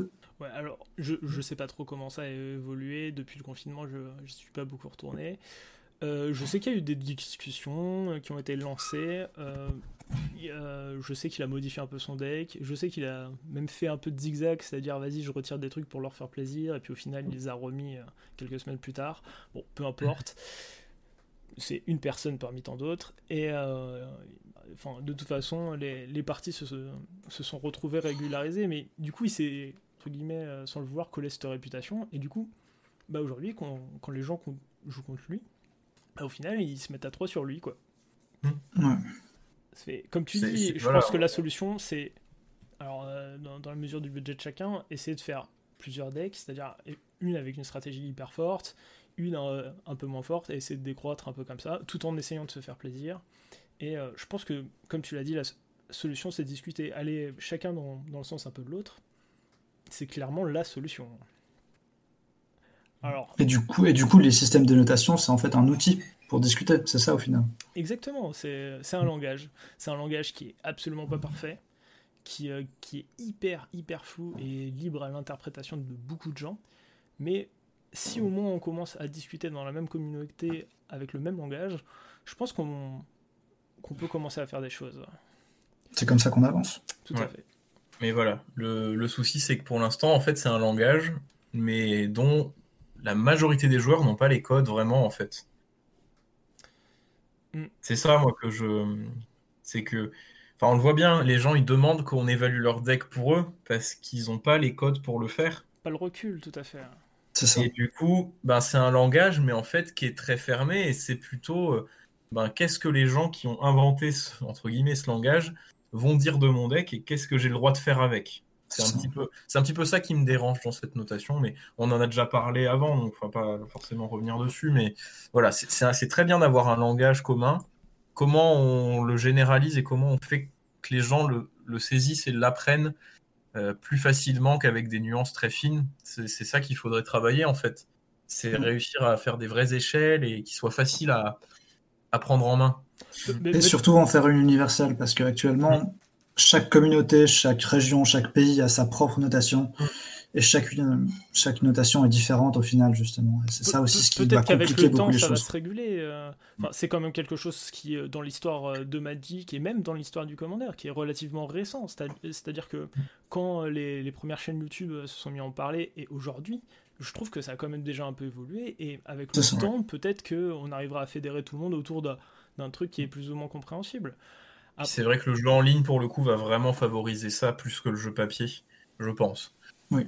Ouais, alors, je sais pas trop comment ça a évolué. Depuis le confinement, je suis pas beaucoup retourné. Je sais qu'il y a eu des discussions qui ont été lancées. Je sais qu'il a modifié un peu son deck. Je sais qu'il a même fait un peu de zigzag, c'est-à-dire vas-y, je retire des trucs pour leur faire plaisir. Et puis au final, il les a remis quelques semaines plus tard. Bon, peu importe. C'est une personne parmi tant d'autres. Et de toute façon, les parties se sont retrouvées régularisées. Mais du coup, il s'est, entre guillemets, sans le vouloir, collé cette réputation. Et du coup, aujourd'hui, quand les gens jouent contre lui, au final, ils se mettent à 3 sur lui, quoi. Ouais. Comme tu dis, je pense que la solution, c'est, alors, dans la mesure du budget de chacun, essayer de faire plusieurs decks, c'est-à-dire une avec une stratégie hyper forte, une un peu moins forte, et essayer de décroître un peu comme ça, tout en essayant de se faire plaisir. Et je pense que, comme tu l'as dit, la solution, c'est de discuter, aller chacun dans le sens un peu de l'autre. C'est clairement la solution. Alors, Et du coup, les systèmes de notation, c'est en fait un outil pour discuter, c'est ça au final. exactement, c'est un langage. C'est un langage qui est absolument pas parfait, qui est hyper flou et libre à l'interprétation de beaucoup de gens. Mais si au moins on commence à discuter dans la même communauté avec le même langage, je pense qu'on peut commencer à faire des choses. C'est comme ça qu'on avance. Tout à fait. Mais voilà, le souci, c'est que pour l'instant, en fait, c'est un langage, mais dont la majorité des joueurs n'ont pas les codes vraiment, en fait. C'est ça, moi, c'est que... Enfin, on le voit bien, les gens, ils demandent qu'on évalue leur deck pour eux, parce qu'ils n'ont pas les codes pour le faire. Pas le recul, tout à fait. C'est ça. Et du coup, c'est un langage, mais en fait, qui est très fermé, et c'est plutôt... qu'est-ce que les gens qui ont inventé, entre guillemets, ce langage vont dire de mon deck, et qu'est-ce que j'ai le droit de faire avec? C'est un petit peu ça qui me dérange dans cette notation, mais on en a déjà parlé avant, donc on va pas forcément revenir dessus, mais voilà, c'est très bien d'avoir un langage commun. Comment on le généralise et comment on fait que les gens le saisissent et l'apprennent plus facilement qu'avec des nuances très fines. C'est ça qu'il faudrait travailler, en fait. C'est réussir à faire des vraies échelles et qui soient faciles à prendre en main. Et surtout en faire une universelle, parce qu'actuellement, chaque communauté, chaque région, chaque pays a sa propre notation, et chaque notation est différente au final, justement. Et c'est ça aussi ce qui va compliquer beaucoup les choses. Peut-être qu'avec le temps, ça va se réguler. C'est quand même quelque chose qui, dans l'histoire de Magic, et même dans l'histoire du Commander, qui est relativement récent. C'est-à-dire que quand les premières chaînes YouTube se sont mis à en parler, et aujourd'hui, je trouve que ça a quand même déjà un peu évolué, et avec le temps, peut-être qu'on arrivera à fédérer tout le monde autour d'un truc qui est plus ou moins compréhensible. C'est vrai que le jeu en ligne, pour le coup, va vraiment favoriser ça plus que le jeu papier, je pense. Oui.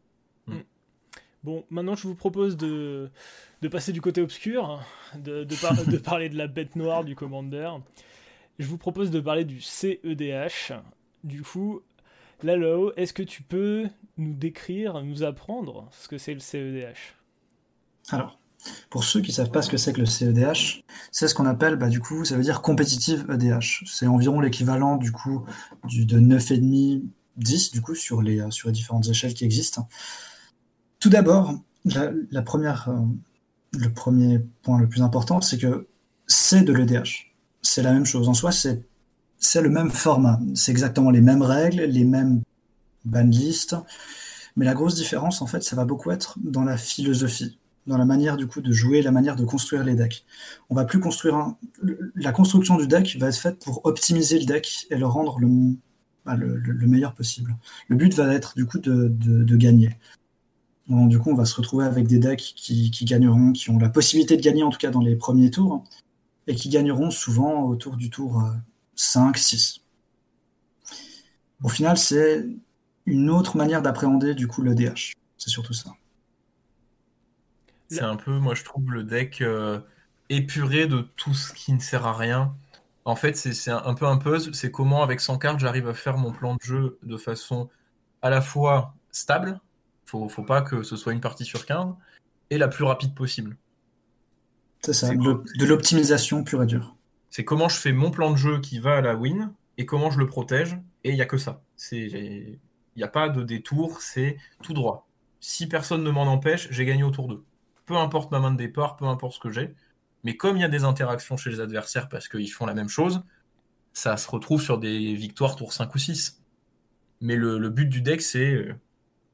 Bon, maintenant je vous propose de passer du côté obscur, de parler de la bête noire du Commander. Je vous propose de parler du CEDH. Du coup, Lalo, est-ce que tu peux nous décrire, nous apprendre ce que c'est le CEDH? Alors, pour ceux qui ne savent pas ce que c'est que le CEDH, c'est ce qu'on appelle, du coup, ça veut dire compétitive EDH. C'est environ l'équivalent, du coup, de 9,5, 10, du coup, sur les différentes échelles qui existent. Tout d'abord, le premier point le plus important, c'est que c'est de l'EDH. C'est la même chose. En soi, c'est le même format. C'est exactement les mêmes règles, les mêmes banlists. Mais la grosse différence, en fait, ça va beaucoup être dans la philosophie, dans la manière, du coup, de jouer, la manière de construire les decks. On va plus construire la construction du deck va être faite pour optimiser le deck et le rendre le meilleur possible. Le but va être, du coup, de gagner. Donc, du coup, on va se retrouver avec des decks qui gagneront, qui ont la possibilité de gagner en tout cas dans les premiers tours, et qui gagneront souvent autour du tour 5, 6. Au final, c'est une autre manière d'appréhender du coup le DH. C'est surtout ça. C'est un peu, moi je trouve, le deck épuré de tout ce qui ne sert à rien. En fait, c'est un peu un puzzle. C'est comment, avec 100 cartes, j'arrive à faire mon plan de jeu de façon à la fois stable, faut pas que ce soit une partie sur 15, et la plus rapide possible. C'est ça, de l'optimisation pure et dure. C'est comment je fais mon plan de jeu qui va à la win, et comment je le protège, et il n'y a que ça. Il n'y a pas de détour, c'est tout droit. Si personne ne m'en empêche, j'ai gagné au tour 2. Peu importe ma main de départ, peu importe ce que j'ai. Mais comme il y a des interactions chez les adversaires parce qu'ils font la même chose, ça se retrouve sur des victoires tour 5 ou 6. Mais le but du deck, c'est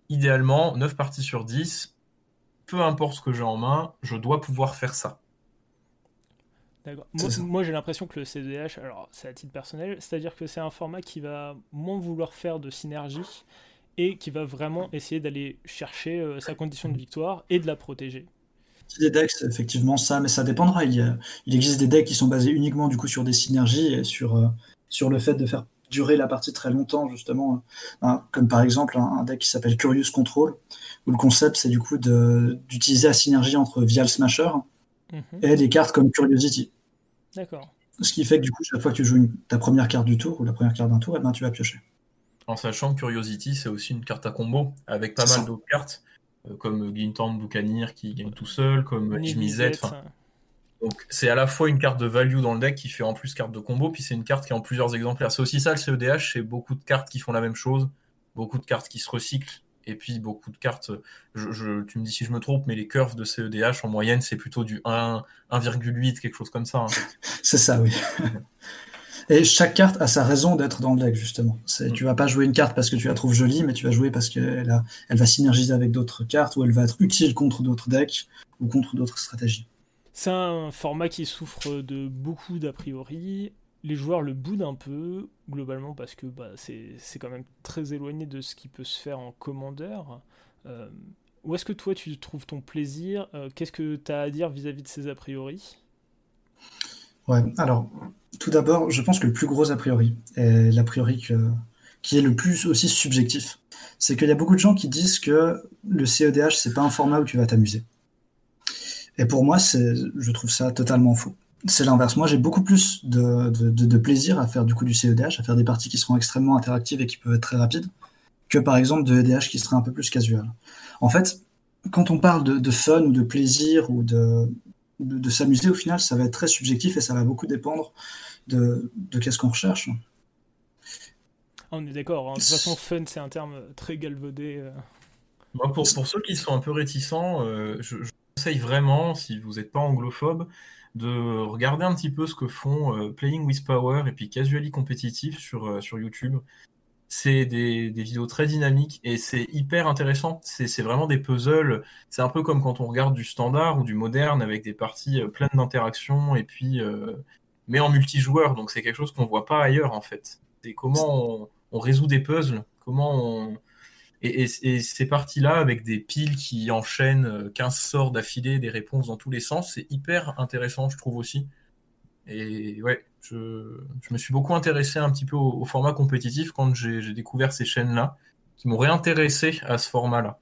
idéalement, 9 parties sur 10, peu importe ce que j'ai en main, je dois pouvoir faire ça. D'accord. C'est ça. Moi, j'ai l'impression que le CEDH, alors c'est à titre personnel, c'est-à-dire que c'est un format qui va moins vouloir faire de synergie et qui va vraiment essayer d'aller chercher sa condition de victoire et de la protéger. Des decks, c'est effectivement ça, mais ça dépendra. Il existe des decks qui sont basés uniquement du coup sur des synergies et sur le fait de faire durer la partie très longtemps, justement. Comme par exemple un deck qui s'appelle Curious Control, où le concept c'est du coup d'utiliser la synergie entre Vial Smasher Mhm. et des cartes comme Curiosity. D'accord. Ce qui fait que du coup, chaque fois que tu joues ta première carte du tour ou la première carte d'un tour, eh ben, tu vas piocher. En sachant que Curiosity, c'est aussi une carte à combo, avec pas C'est mal ça. d'autres cartes, comme Glinthorn Boucanir qui gagne tout seul, comme Ishmizet. Nivizette. Donc c'est à la fois une carte de value dans le deck qui fait en plus carte de combo, puis c'est une carte qui est en plusieurs exemplaires. C'est aussi ça le CEDH, c'est beaucoup de cartes qui font la même chose, beaucoup de cartes qui se recyclent, et puis beaucoup de cartes, tu me dis si je me trompe, mais les curves de CEDH en moyenne c'est plutôt du 1,8, quelque chose comme ça. Hein. C'est ça, oui. Et chaque carte a sa raison d'être dans le deck, justement. Tu vas pas jouer une carte parce que tu la trouves jolie, mais tu vas jouer parce qu'elle va synergiser avec d'autres cartes, ou elle va être utile contre d'autres decks, ou contre d'autres stratégies. C'est un format qui souffre de beaucoup d'a priori. Les joueurs le boudent un peu, globalement, parce que c'est quand même très éloigné de ce qui peut se faire en commandeur. Euh, Où est-ce que toi tu trouves ton plaisir? Qu'est-ce que tu as à dire vis-à-vis de ces a priori? Ouais, alors, tout d'abord, je pense que le plus gros a priori, et l'a priori qui est le plus aussi subjectif, c'est qu'il y a beaucoup de gens qui disent que le CEDH, c'est pas un format où tu vas t'amuser. Et pour moi, je trouve ça totalement faux. C'est l'inverse. Moi, j'ai beaucoup plus de plaisir à faire du coup du CEDH, à faire des parties qui seront extrêmement interactives et qui peuvent être très rapides, que par exemple de EDH qui serait un peu plus casual. En fait, quand on parle de fun ou de plaisir ou de s'amuser, au final, ça va être très subjectif et ça va beaucoup dépendre de qu'est-ce qu'on recherche. Ah, on est d'accord, hein. De toute façon, fun c'est un terme très galvaudé. Moi, pour ceux qui sont un peu réticents, je conseille vraiment, si vous n'êtes pas anglophobe, de regarder un petit peu ce que font Playing with Power et puis Casually Competitive sur YouTube. C'est des vidéos très dynamiques et c'est hyper intéressant. C'est vraiment des puzzles. C'est un peu comme quand on regarde du standard ou du moderne avec des parties pleines d'interactions et puis mais en multijoueur. Donc c'est quelque chose qu'on voit pas ailleurs en fait. C'est comment on résout des puzzles, comment on et ces parties-là, avec des piles qui enchaînent 15 sorts d'affilée, des réponses dans tous les sens, c'est hyper intéressant, je trouve aussi. Et ouais, je me suis beaucoup intéressé un petit peu au format compétitif quand j'ai découvert ces chaînes-là, qui m'ont réintéressé à ce format-là.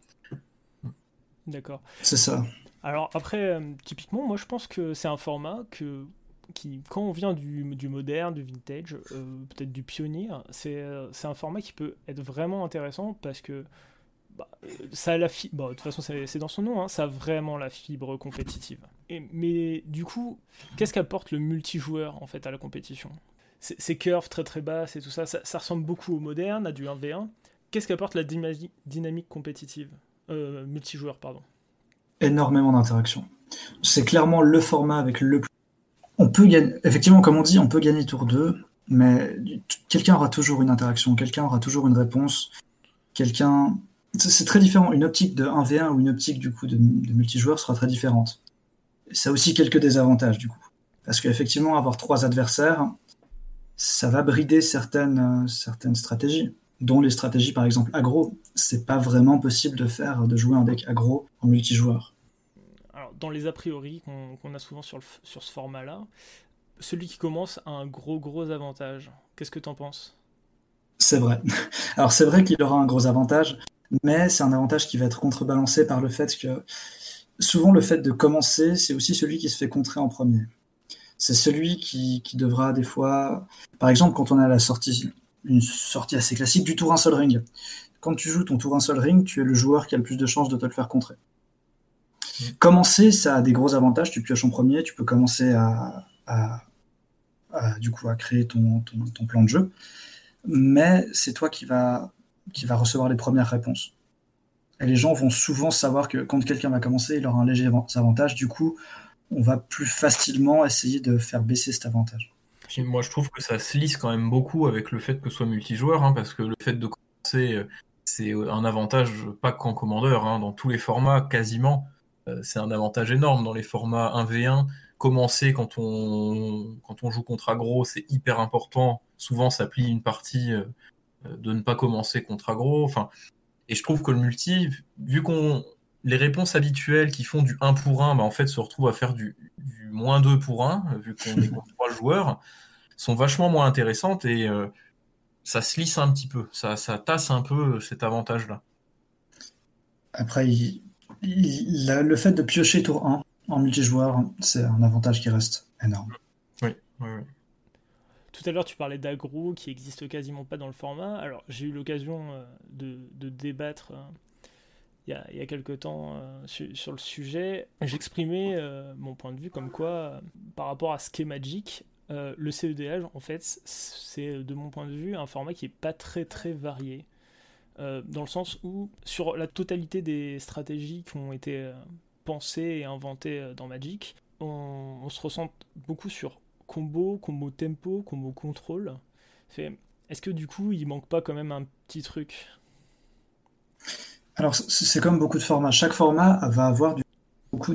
D'accord. C'est ça. Alors après, typiquement, moi je pense que c'est un format quand on vient du moderne, du vintage, peut-être du pionnier, c'est un format qui peut être vraiment intéressant parce que ça a la fibre. Bon, de toute façon, c'est dans son nom, hein, ça a vraiment la fibre compétitive. Mais du coup, qu'est-ce qu'apporte le multijoueur en fait à la compétition? Ces curves très très basses et tout ça, ça ressemble beaucoup au moderne, à du 1v1. Qu'est-ce qu'apporte la dynamique compétitive? Multijoueur, pardon. Énormément d'interactions. C'est clairement le format avec le plus. On peut gagner, effectivement, comme on dit, on peut gagner tour 2, mais quelqu'un aura toujours une interaction, quelqu'un aura toujours une réponse, quelqu'un. C'est très différent. Une optique de 1v1 ou une optique du coup de multijoueur sera très différente. Ça a aussi quelques désavantages du coup. Parce qu'effectivement, avoir 3 adversaires, ça va brider certaines stratégies, dont les stratégies par exemple aggro. C'est pas vraiment possible de jouer un deck aggro en multijoueur. Alors, dans les a priori qu'on a souvent sur ce format-là, celui qui commence a un gros avantage. Qu'est-ce que t'en penses? C'est vrai. Alors c'est vrai qu'il aura un gros avantage, mais c'est un avantage qui va être contrebalancé par le fait que souvent le fait de commencer, c'est aussi celui qui se fait contrer en premier. C'est celui qui devra des fois, par exemple quand on a une sortie assez classique du tour un seul ring. Quand tu joues ton tour un seul ring, tu es le joueur qui a le plus de chances de te le faire contrer. Commencer, ça a des gros avantages. Tu pioches en premier, tu peux commencer du coup, à créer ton plan de jeu. Mais c'est toi qui va recevoir les premières réponses. Et les gens vont souvent savoir que quand quelqu'un va commencer, il aura un léger avantage. Du coup, on va plus facilement essayer de faire baisser cet avantage. Puis moi, je trouve que ça se lisse quand même beaucoup avec le fait que ce soit multijoueur, hein, parce que le fait de commencer, c'est un avantage, pas qu'en commandeur, hein, dans tous les formats, quasiment. C'est un avantage énorme dans les formats 1v1. Commencer quand on joue contre aggro, c'est hyper important. Souvent, ça plie une partie de ne pas commencer contre aggro. Enfin, et je trouve que le multi, vu qu'on les réponses habituelles qui font du 1 pour 1, bah, en fait, se retrouvent à faire du moins 2 pour 1, vu qu'on est contre 3 joueurs, sont vachement moins intéressantes et ça se lisse un petit peu. Ça tasse un peu cet avantage-là. Après, le fait de piocher tour 1 en multijoueur, c'est un avantage qui reste énorme. Oui. Tout à l'heure, tu parlais d'aggro qui existe quasiment pas dans le format. Alors, j'ai eu l'occasion de débattre il y a quelques temps sur le sujet. J'exprimais mon point de vue comme quoi, par rapport à ce qu'est Magic, le CEDH, en fait, c'est de mon point de vue un format qui est pas très très varié. Dans le sens où, sur la totalité des stratégies qui ont été pensées et inventées dans Magic, on se ressent beaucoup sur combo tempo, combo contrôle. Est-ce que du coup, il manque pas quand même un petit truc? Alors, c'est comme beaucoup de formats. Chaque format va avoir beaucoup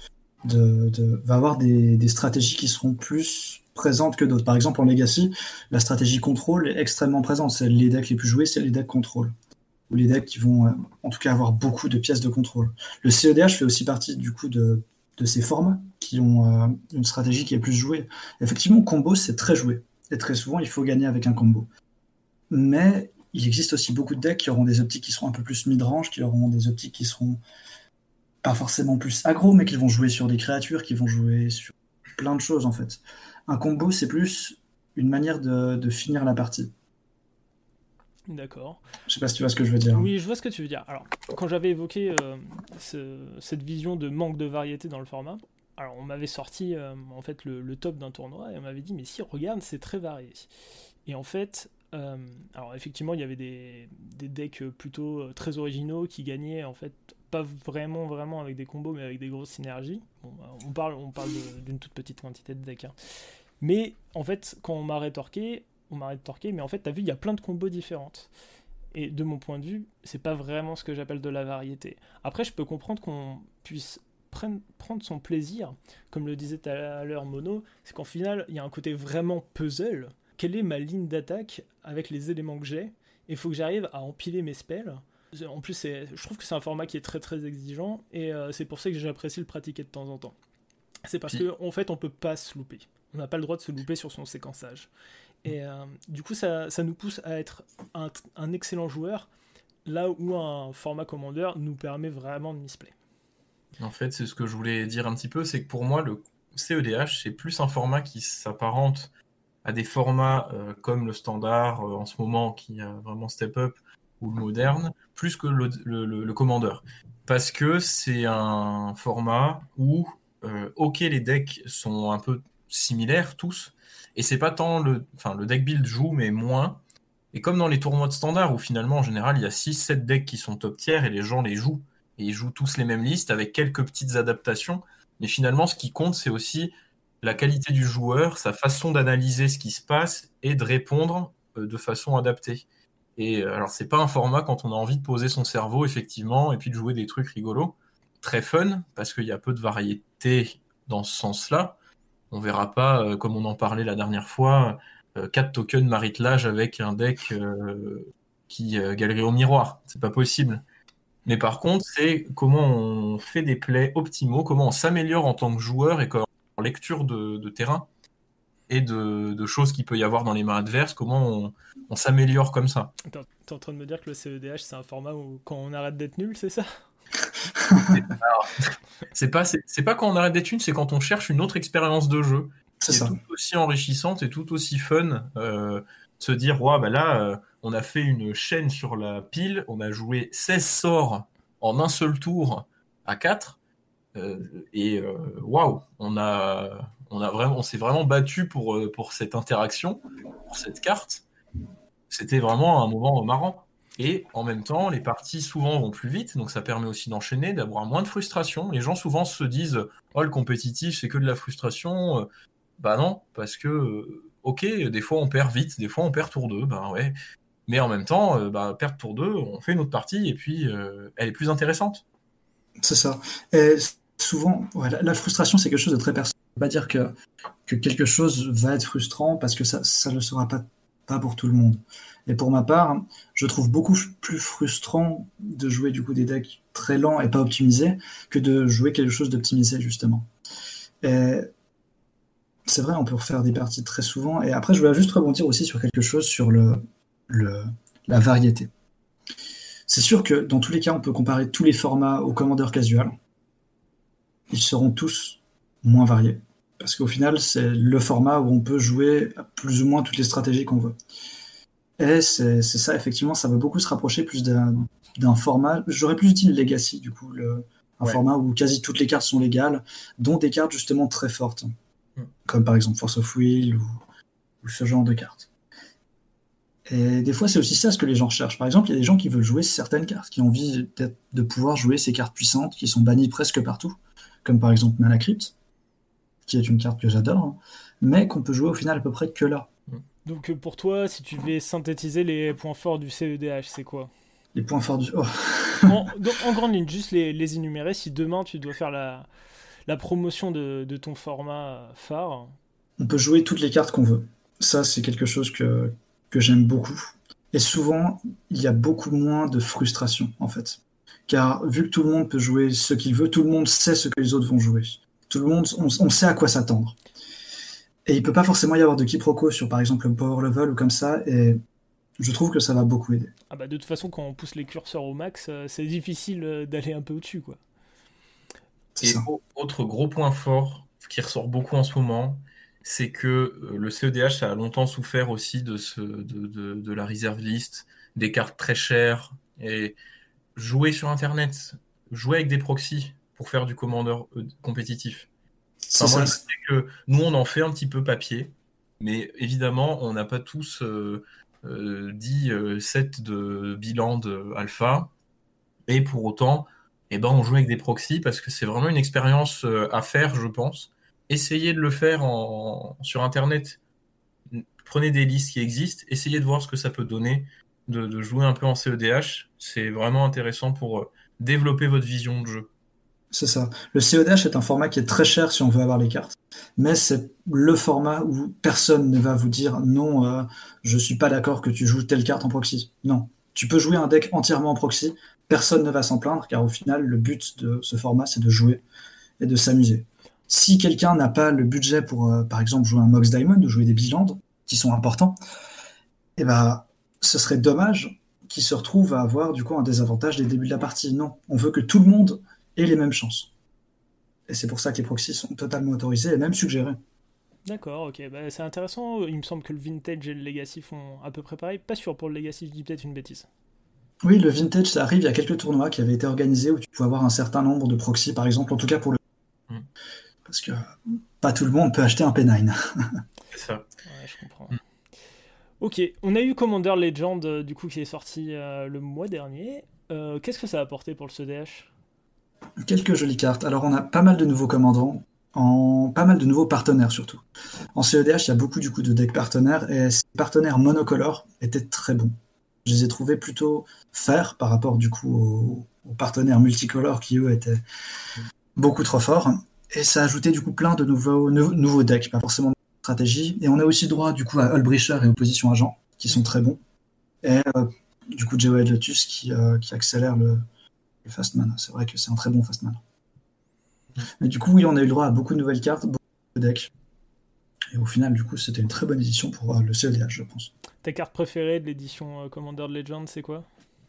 va avoir des stratégies qui seront plus présentes que d'autres. Par exemple, en Legacy, la stratégie contrôle est extrêmement présente. C'est les decks les plus joués, c'est les decks contrôle. Ou les decks qui vont, en tout cas, avoir beaucoup de pièces de contrôle. Le CEDH fait aussi partie, du coup, de ces formats qui ont une stratégie qui est plus jouée. Effectivement, combo, c'est très joué. Et très souvent, il faut gagner avec un combo. Mais il existe aussi beaucoup de decks qui auront des optiques qui seront un peu plus mid-range, qui auront des optiques qui seront pas forcément plus aggro, mais qui vont jouer sur des créatures, qui vont jouer sur plein de choses, en fait. Un combo, c'est plus une manière de finir la partie. D'accord. Je sais pas si tu vois ce que je veux dire. Oui, je vois ce que tu veux dire. Alors, quand j'avais évoqué cette vision de manque de variété dans le format, alors on m'avait sorti en fait le top d'un tournoi et on m'avait dit mais si regarde c'est très varié. Et en fait, alors effectivement il y avait des decks plutôt très originaux qui gagnaient en fait pas vraiment avec des combos mais avec des grosses synergies. Bon, on parle d'une toute petite quantité de decks. Hein. Mais en fait quand on m'a rétorqué, mais en fait t'as vu il y a plein de combos différentes. Et de mon point de vue, c'est pas vraiment ce que j'appelle de la variété. Après, je peux comprendre qu'on puisse prendre son plaisir, comme le disait tout à l'heure Mono, c'est qu'en final, il y a un côté vraiment puzzle. Quelle est ma ligne d'attaque avec les éléments que j'ai? Et il faut que j'arrive à empiler mes spells. En plus, je trouve que c'est un format qui est très très exigeant, et c'est pour ça que j'apprécie le pratiquer de temps en temps. C'est parce qu'en fait, on peut pas se louper. On n'a pas le droit de se louper sur son séquençage. Et du coup, ça nous pousse à être un excellent joueur, là où un format Commander nous permet vraiment de misplay. En fait, c'est ce que je voulais dire un petit peu, c'est que pour moi, le CEDH, c'est plus un format qui s'apparente à des formats comme le standard en ce moment, qui a vraiment step up, ou le moderne, plus que le Commander. Parce que c'est un format où, ok, les decks sont un peu similaires tous, et c'est pas tant le deck build joue, mais moins. Et comme dans les tournois de standard, où finalement, en général, il y a 6-7 decks qui sont top tier et les gens les jouent. Et ils jouent tous les mêmes listes avec quelques petites adaptations. Mais finalement, ce qui compte, c'est aussi la qualité du joueur, sa façon d'analyser ce qui se passe et de répondre de façon adaptée. Et alors, c'est pas un format quand on a envie de poser son cerveau, effectivement, et puis de jouer des trucs rigolos. Très fun, parce qu'il y a peu de variété dans ce sens-là. On verra pas, comme on en parlait la dernière fois, 4 tokens maritlage avec un deck qui galerie au miroir. C'est pas possible. Mais par contre, c'est comment on fait des plays optimaux, comment on s'améliore en tant que joueur et en lecture de terrain et de choses qu'il peut y avoir dans les mains adverses, comment on s'améliore comme ça. T'es en train de me dire que le CEDH, c'est un format où quand on arrête d'être nul, c'est ça? Alors, c'est pas quand on arrête d'être une, c'est quand on cherche une autre expérience de jeu qui est tout aussi enrichissante et tout aussi fun. Se dire, ouais, bah là, on a fait une chaîne sur la pile, on a joué 16 sorts en un seul tour à 4, et waouh, on s'est vraiment battu pour cette interaction, pour cette carte. C'était vraiment un moment marrant. Et en même temps, les parties souvent vont plus vite, donc ça permet aussi d'enchaîner, d'avoir moins de frustration. Les gens souvent se disent, oh, le compétitif, c'est que de la frustration. Bah non, parce que, ok, des fois on perd vite, des fois on perd tour 2, bah ouais. Mais en même temps, perdre tour 2, on fait une autre partie et puis elle est plus intéressante. C'est ça. Et souvent, la frustration, c'est quelque chose de très personnel. On ne peut pas dire que quelque chose va être frustrant parce que ça ne le sera pas pour tout le monde. Et pour ma part, je trouve beaucoup plus frustrant de jouer du coup des decks très lents et pas optimisés que de jouer quelque chose d'optimisé, justement. Et c'est vrai, on peut refaire des parties très souvent. Et après, je voulais juste rebondir aussi sur quelque chose sur la variété. C'est sûr que dans tous les cas, on peut comparer tous les formats au Commander casual. Ils seront tous moins variés. Parce qu'au final, c'est le format où on peut jouer à plus ou moins toutes les stratégies qu'on veut. Et c'est ça, effectivement, ça va beaucoup se rapprocher plus d'un format. J'aurais plus dit le Legacy, du coup, un format où quasi toutes les cartes sont légales, dont des cartes justement très fortes. Comme par exemple Force of Will ou ce genre de cartes. Et des fois, c'est aussi ça ce que les gens cherchent. Par exemple, il y a des gens qui veulent jouer certaines cartes, qui ont envie peut-être de pouvoir jouer ces cartes puissantes qui sont bannies presque partout, comme par exemple Mana Crypt, qui est une carte que j'adore, mais qu'on peut jouer au final à peu près que là. Donc pour toi, si tu devais synthétiser les points forts du CEDH, c'est quoi? Les points forts du... Oh. En grande ligne, juste les énumérer, si demain tu dois faire la promotion de ton format phare. On peut jouer toutes les cartes qu'on veut. Ça, c'est quelque chose que j'aime beaucoup. Et souvent, il y a beaucoup moins de frustration, en fait. Car vu que tout le monde peut jouer ce qu'il veut, tout le monde sait ce que les autres vont jouer. Tout le monde, on sait à quoi s'attendre. Et il peut pas forcément y avoir de quiproquo sur, par exemple, le power level ou comme ça, et je trouve que ça va beaucoup aider. Ah bah de toute façon, quand on pousse les curseurs au max, c'est difficile d'aller un peu au-dessus, quoi. Et autre gros point fort qui ressort beaucoup en ce moment, c'est que le CEDH a longtemps souffert aussi de la reserve list, des cartes très chères, et jouer sur Internet, jouer avec des proxys pour faire du commandeur compétitif. Enfin, moi, je sais que nous, on en fait un petit peu papier, mais évidemment, on n'a pas tous 10 sets de bilan de alpha, et pour autant, on joue avec des proxys parce que c'est vraiment une expérience à faire, je pense. Essayez de le faire sur Internet. Prenez des listes qui existent, essayez de voir ce que ça peut donner, de jouer un peu en CEDH. C'est vraiment intéressant pour développer votre vision de jeu. C'est ça. Le CEDH est un format qui est très cher si on veut avoir les cartes, mais c'est le format où personne ne va vous dire non, je suis pas d'accord que tu joues telle carte en proxy. Non. Tu peux jouer un deck entièrement en proxy, personne ne va s'en plaindre, car au final, le but de ce format, c'est de jouer et de s'amuser. Si quelqu'un n'a pas le budget pour, par exemple, jouer un Mox Diamond ou jouer des Bilandes, qui sont importants, eh ben, ce serait dommage qu'il se retrouve à avoir du coup un désavantage dès le début de la partie. Non, on veut que tout le monde ait les mêmes chances. Et c'est pour ça que les proxys sont totalement autorisés et même suggérés. D'accord, ok, bah, c'est intéressant. Il me semble que le Vintage et le Legacy font à peu près pareil. Pas sûr pour le Legacy, je dis peut-être une bêtise. Oui, le Vintage, ça arrive. Il y a quelques tournois qui avaient été organisés où tu pouvais avoir un certain nombre de proxys, par exemple, en tout cas pour le... Parce que pas tout le monde peut acheter un P9. C'est ça. Ouais, je comprends. Ok, on a eu Commander Legend du coup qui est sorti le mois dernier. Qu'est-ce que ça a apporté pour le CEDH? Quelques jolies cartes. Alors on a pas mal de nouveaux commandants, pas mal de nouveaux partenaires surtout. En CEDH, il y a beaucoup du coup de decks partenaires et ces partenaires monocolores étaient très bons. Je les ai trouvés plutôt fair par rapport du coup aux partenaires multicolores qui eux étaient beaucoup trop forts. Et ça a ajouté du coup plein de nouveaux decks, pas forcément de stratégie. Et on a aussi droit du coup à Hullbreacher et Opposition Agent qui sont très bons. Et du coup Jewel Lotus qui accélère le fast mana. C'est vrai que c'est un très bon fast mana. Mais du coup, oui, on a eu le droit à beaucoup de nouvelles cartes, beaucoup de decks. Et au final, du coup, c'était une très bonne édition pour le CEDH, je pense. Ta carte préférée de l'édition Commander Legend, c'est quoi?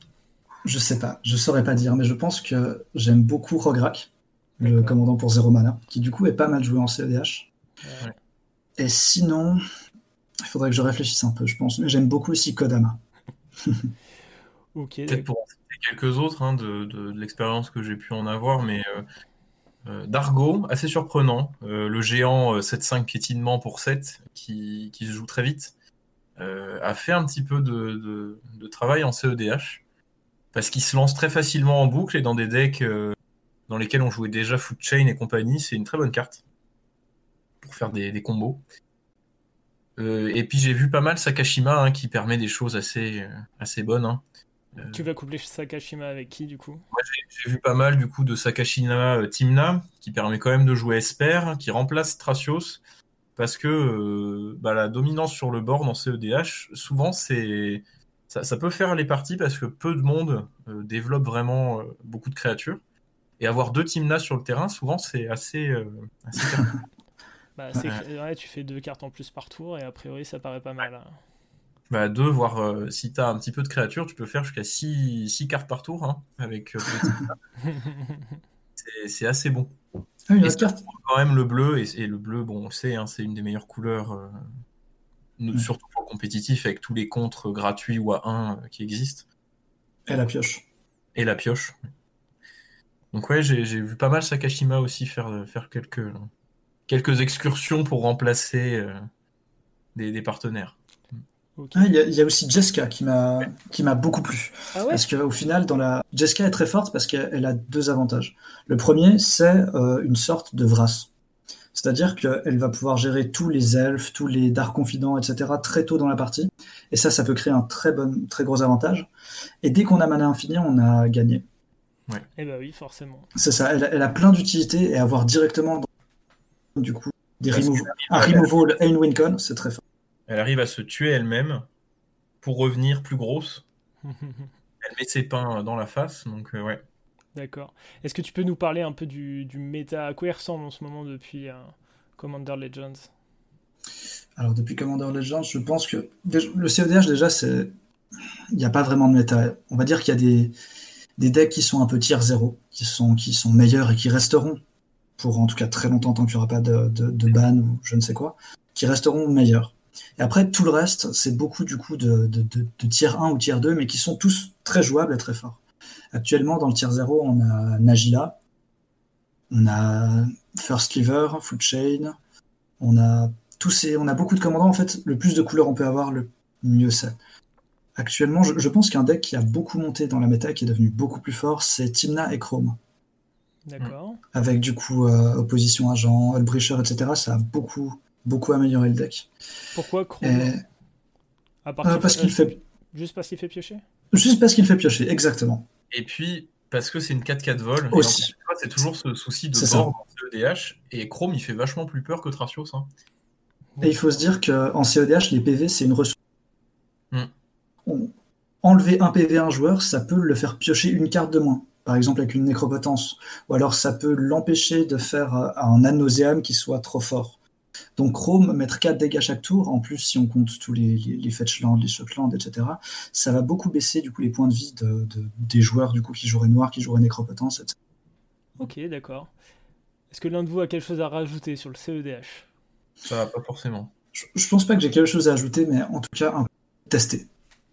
Je sais pas, je saurais pas dire, mais je pense que j'aime beaucoup Rograk, le commandant pour 0 mana, qui du coup est pas mal joué en CEDH. Ouais. Et sinon, il faudrait que je réfléchisse un peu, je pense. Mais j'aime beaucoup aussi Kodama. Ok. Peut-être pour en citer quelques autres de l'expérience que j'ai pu en avoir, mais Dargo, assez surprenant. Le géant 7-5 piétinement pour 7, qui se joue très vite, a fait un petit peu de travail en CEDH, parce qu'il se lance très facilement en boucle, et dans des decks dans lesquels on jouait déjà Food Chain et compagnie, c'est une très bonne carte pour faire des combos. Et puis j'ai vu pas mal Sakashima hein, qui permet des choses assez bonnes. Hein. Tu vas coupler Sakashima avec qui du coup? Moi, j'ai vu pas mal du coup de Sakashima Timna qui permet quand même de jouer Esper, qui remplace Thracios parce que la dominance sur le board en CEDH, souvent ça peut faire les parties parce que peu de monde développe vraiment beaucoup de créatures. Et avoir 2 Timna sur le terrain, souvent c'est assez Ouais, tu fais 2 cartes en plus par tour et a priori ça paraît pas mal. Bah, 2, voire si t'as un petit peu de créatures, tu peux faire jusqu'à 6 cartes par tour hein, avec c'est assez bon. Ah, une Et autre ça carte. prend quand même le bleu, et le bleu, bon, on le sait, hein, c'est une des meilleures couleurs, surtout pour le compétitif, avec tous les contres gratuits ou à 1 qui existent. Et la pioche. Et la pioche. Donc ouais, j'ai vu pas mal Sakashima aussi faire quelques excursions pour remplacer des partenaires. Ok. Ah, il y a aussi Jessica qui m'a beaucoup plu. Ah ouais? Parce qu'au final, Jessica est très forte parce qu'elle a 2 avantages. Le premier, c'est une sorte de Vras. C'est-à-dire qu'elle va pouvoir gérer tous les elfes, tous les dark confidents, etc. très tôt dans la partie. Et ça peut créer un très gros avantage. Et dès qu'on a mana infini, on a gagné. Eh bah oui, forcément. C'est ça, elle a plein d'utilités et avoir directement du coup Parce un removal et une win con, c'est très fort. Elle arrive à se tuer elle-même pour revenir plus grosse. Elle met ses pains dans la face, donc ouais. D'accord. Est-ce que tu peux nous parler un peu du méta? À quoi il ressemble en ce moment depuis Commander Legends? Alors depuis Commander Legends, je pense que le CEDH déjà, il n'y a pas vraiment de méta. On va dire qu'il y a des decks qui sont un peu tier 0, qui sont meilleurs et qui resteront pour en tout cas très longtemps tant qu'il n'y aura pas de ban ou je ne sais quoi, qui resteront meilleurs. Et après, tout le reste, c'est beaucoup du coup de tier 1 ou tier 2, mais qui sont tous très jouables et très forts. Actuellement, dans le tier 0, on a Nagila, on a First Cleaver, Food Chain, on a on a beaucoup de commandants. En fait, le plus de couleurs on peut avoir, le mieux c'est. Actuellement, je pense qu'un deck qui a beaucoup monté dans la méta, qui est devenu beaucoup plus fort, c'est Tymna et Chrome. D'accord. Avec du coup opposition agent, Hullbreacher, etc. Ça a beaucoup amélioré le deck. Pourquoi Chrome? Et, À part parce qu'il fait Juste parce qu'il fait piocher? juste parce qu'il fait piocher, exactement. Et puis, parce que c'est une 4-4 vol, et Aussi. en fait, c'est toujours ce souci de C'est ça. board en CEDH, et Chrome, il fait vachement plus peur que Thracios. Hein. Et il faut se dire qu'en CEDH, les PV, c'est une ressource. Mm. Enlever un PV à un joueur, ça peut le faire piocher une carte de moins. Par exemple avec une nécropotence. Ou alors ça peut l'empêcher de faire un ad nauseam qui soit trop fort. Donc Chrome, mettre 4 dégâts chaque tour, en plus si on compte tous les fetchlands, les shocklands, etc., ça va beaucoup baisser du coup les points de vie des joueurs du coup qui joueraient noir, qui joueraient nécropotence, etc. Ok, d'accord. Est-ce que l'un de vous a quelque chose à rajouter sur le CEDH? Ça va pas forcément. Je pense pas que j'ai quelque chose à ajouter, mais en tout cas, tester.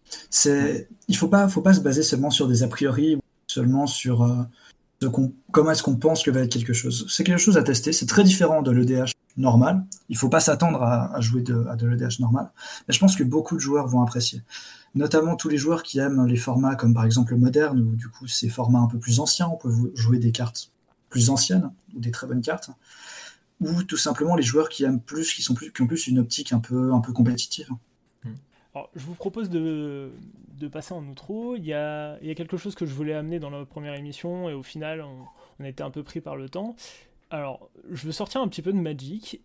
Il faut pas se baser seulement sur des a priori ou seulement sur comment est-ce qu'on pense que va être quelque chose. C'est quelque chose à tester. C'est très différent de l'EDH normal. Il faut pas s'attendre à jouer à de l'EDH normal. Mais je pense que beaucoup de joueurs vont apprécier. Notamment tous les joueurs qui aiment les formats comme par exemple le moderne, ou du coup ces formats un peu plus anciens, on peut jouer des cartes plus anciennes, ou des très bonnes cartes. Ou tout simplement les joueurs qui aiment plus, qui ont plus une optique un peu compétitive. Alors, je vous propose de passer en outro. Il y a quelque chose que je voulais amener dans la première émission et au final, on a été un peu pris par le temps. Alors, je veux sortir un petit peu de Magic,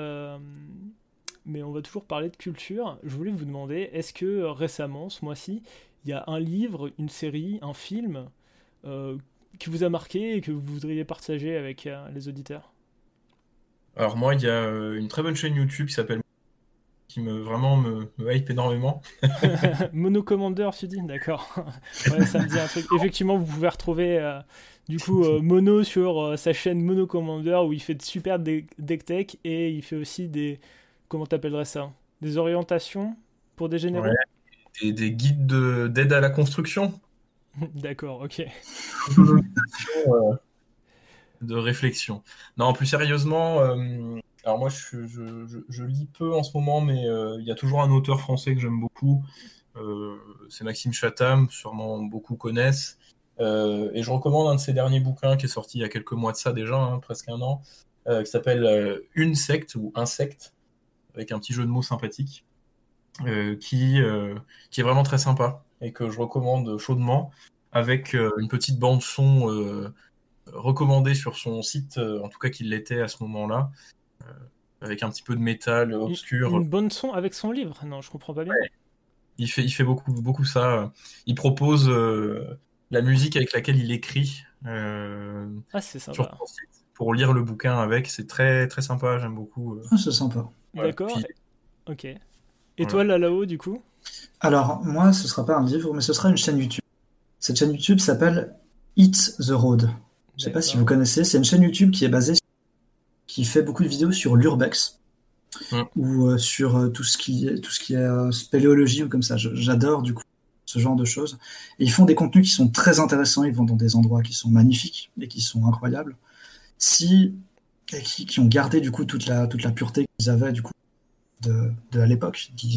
mais on va toujours parler de culture. Je voulais vous demander, est-ce que récemment, ce mois-ci, il y a un livre, une série, un film qui vous a marqué et que vous voudriez partager avec les auditeurs? Alors moi, il y a une très bonne chaîne YouTube qui s'appelle qui vraiment me hype énormément. Mono Commander, tu dis? D'accord. Ouais, ça me dit un truc. Effectivement, vous pouvez retrouver du coup Mono sur sa chaîne Mono Commander où il fait de super deck tech et il fait aussi comment t'appellerais ça? Des orientations pour des généraux? Ouais, des guides d'aide à la construction. D'accord, ok. De réflexion. Non, plus sérieusement, alors moi je lis peu en ce moment, mais il y a toujours un auteur français que j'aime beaucoup. C'est Maxime Chatham, sûrement beaucoup connaissent. Et je recommande un de ses derniers bouquins qui est sorti il y a quelques mois de ça déjà, hein, presque un an, qui s'appelle Une secte ou Insecte. avec un petit jeu de mots sympathique, qui est vraiment très sympa et que je recommande chaudement, avec une petite bande son recommandée sur son site, en tout cas qu'il l'était à ce moment-là, avec un petit peu de métal obscur. Une bonne son avec son livre? Non, je comprends pas bien. Ouais. Il fait beaucoup ça. Il propose la musique avec laquelle il écrit C'est sur sympa. son site pour lire le bouquin avec. C'est très très sympa, j'aime beaucoup. C'est sympa. D'accord. Puis, Ok. Et voilà. toi, là-haut, du coup? Alors, moi, ce sera pas un livre, mais ce sera une chaîne YouTube. Cette chaîne YouTube s'appelle Hit the Road. Je sais pas si vous connaissez. C'est une chaîne YouTube qui est basée, qui fait beaucoup de vidéos sur l'urbex ou sur tout ce qui est spéléologie ou comme ça. J'adore du coup ce genre de choses. Et ils font des contenus qui sont très intéressants. Ils vont dans des endroits qui sont magnifiques et qui sont incroyables. Qui ont gardé du coup toute la pureté qu'ils avaient du coup à l'époque, d'il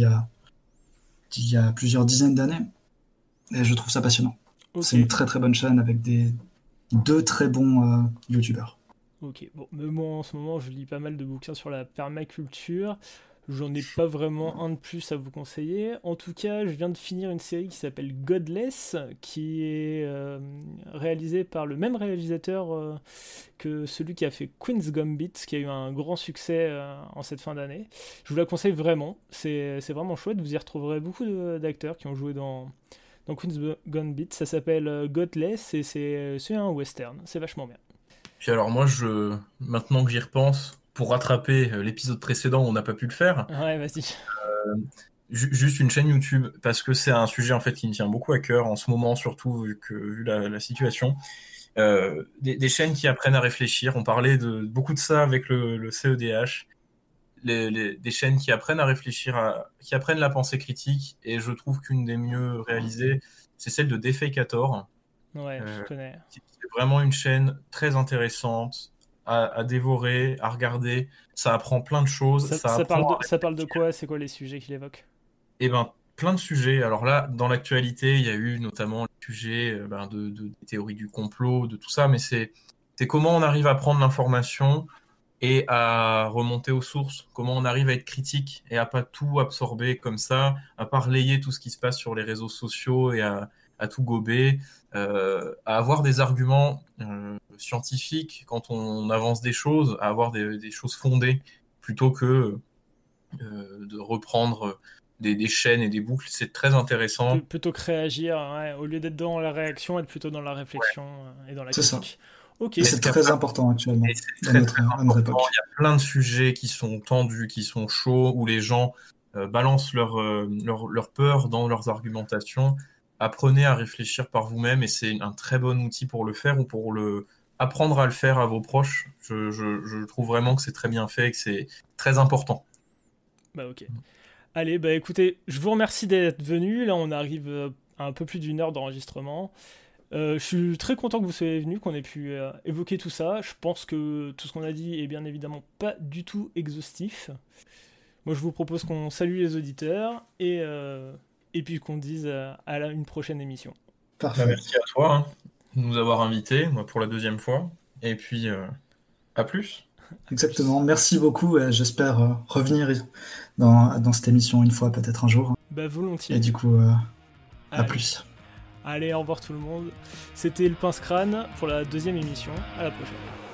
y a plusieurs dizaines d'années. Et je trouve ça passionnant. Okay. C'est une très très bonne chaîne avec deux très bons youtubeurs. Ok, bon, mais moi en ce moment je lis pas mal de bouquins sur la permaculture. J'en ai pas vraiment un de plus à vous conseiller. En tout cas, je viens de finir une série qui s'appelle Godless, qui est réalisée par le même réalisateur que celui qui a fait Queen's Gambit, qui a eu un grand succès en cette fin d'année. Je vous la conseille vraiment, c'est vraiment chouette. Vous y retrouverez beaucoup d'acteurs qui ont joué dans Queen's Gambit. Ça s'appelle Godless et c'est un western, c'est vachement bien. Puis alors moi, maintenant que j'y repense, pour rattraper l'épisode précédent où on n'a pas pu le faire, ouais, vas-y. Juste une chaîne YouTube, parce que c'est un sujet en fait qui me tient beaucoup à cœur en ce moment, surtout vu la situation. Des chaînes qui apprennent à réfléchir. On parlait de beaucoup de ça avec le CEDH. Des chaînes qui apprennent à réfléchir, qui apprennent la pensée critique, et je trouve qu'une des mieux réalisées, c'est celle de Defecator. Ouais, je connais. C'est vraiment une chaîne très intéressante à dévorer, à regarder. Ça apprend plein de choses. Ça parle de quoi? C'est quoi les sujets qu'il évoque? Eh ben, plein de sujets. Alors là, dans l'actualité, il y a eu notamment le sujet des théories du complot, de tout ça, mais c'est comment on arrive à prendre l'information et à remonter aux sources, comment on arrive à être critique et à pas tout absorber comme ça, à pas relayer tout ce qui se passe sur les réseaux sociaux et à tout gober, à avoir des arguments scientifiques quand on avance des choses, à avoir des choses fondées, plutôt que de reprendre des chaînes et des boucles. C'est très intéressant. Plutôt que réagir, ouais, au lieu d'être dans la réaction, être plutôt dans la réflexion et dans la critique. C'est ça. Okay. C'est très important actuellement. À notre époque. Il y a plein de sujets qui sont tendus, qui sont chauds, où les gens balancent leur peur dans leurs argumentations. Apprenez à réfléchir par vous-même, et c'est un très bon outil pour le faire, ou pour apprendre à le faire à vos proches. Je trouve vraiment que c'est très bien fait et que c'est très important. Bah ok. Allez, bah écoutez, je vous remercie d'être venu. Là, on arrive à un peu plus d'une heure d'enregistrement. Je suis très content que vous soyez venu, qu'on ait pu évoquer tout ça. Je pense que tout ce qu'on a dit est bien évidemment pas du tout exhaustif. Moi, je vous propose qu'on salue les auditeurs et puis qu'on dise à une prochaine émission. Parfait. Merci à toi de nous avoir invités, moi, pour la deuxième fois. Et puis, à plus. Exactement. Merci beaucoup. Et j'espère revenir dans cette émission une fois, peut-être un jour. Bah, volontiers. Et du coup, à plus. Allez, au revoir tout le monde. C'était le Pince Crâne pour la deuxième émission. À la prochaine.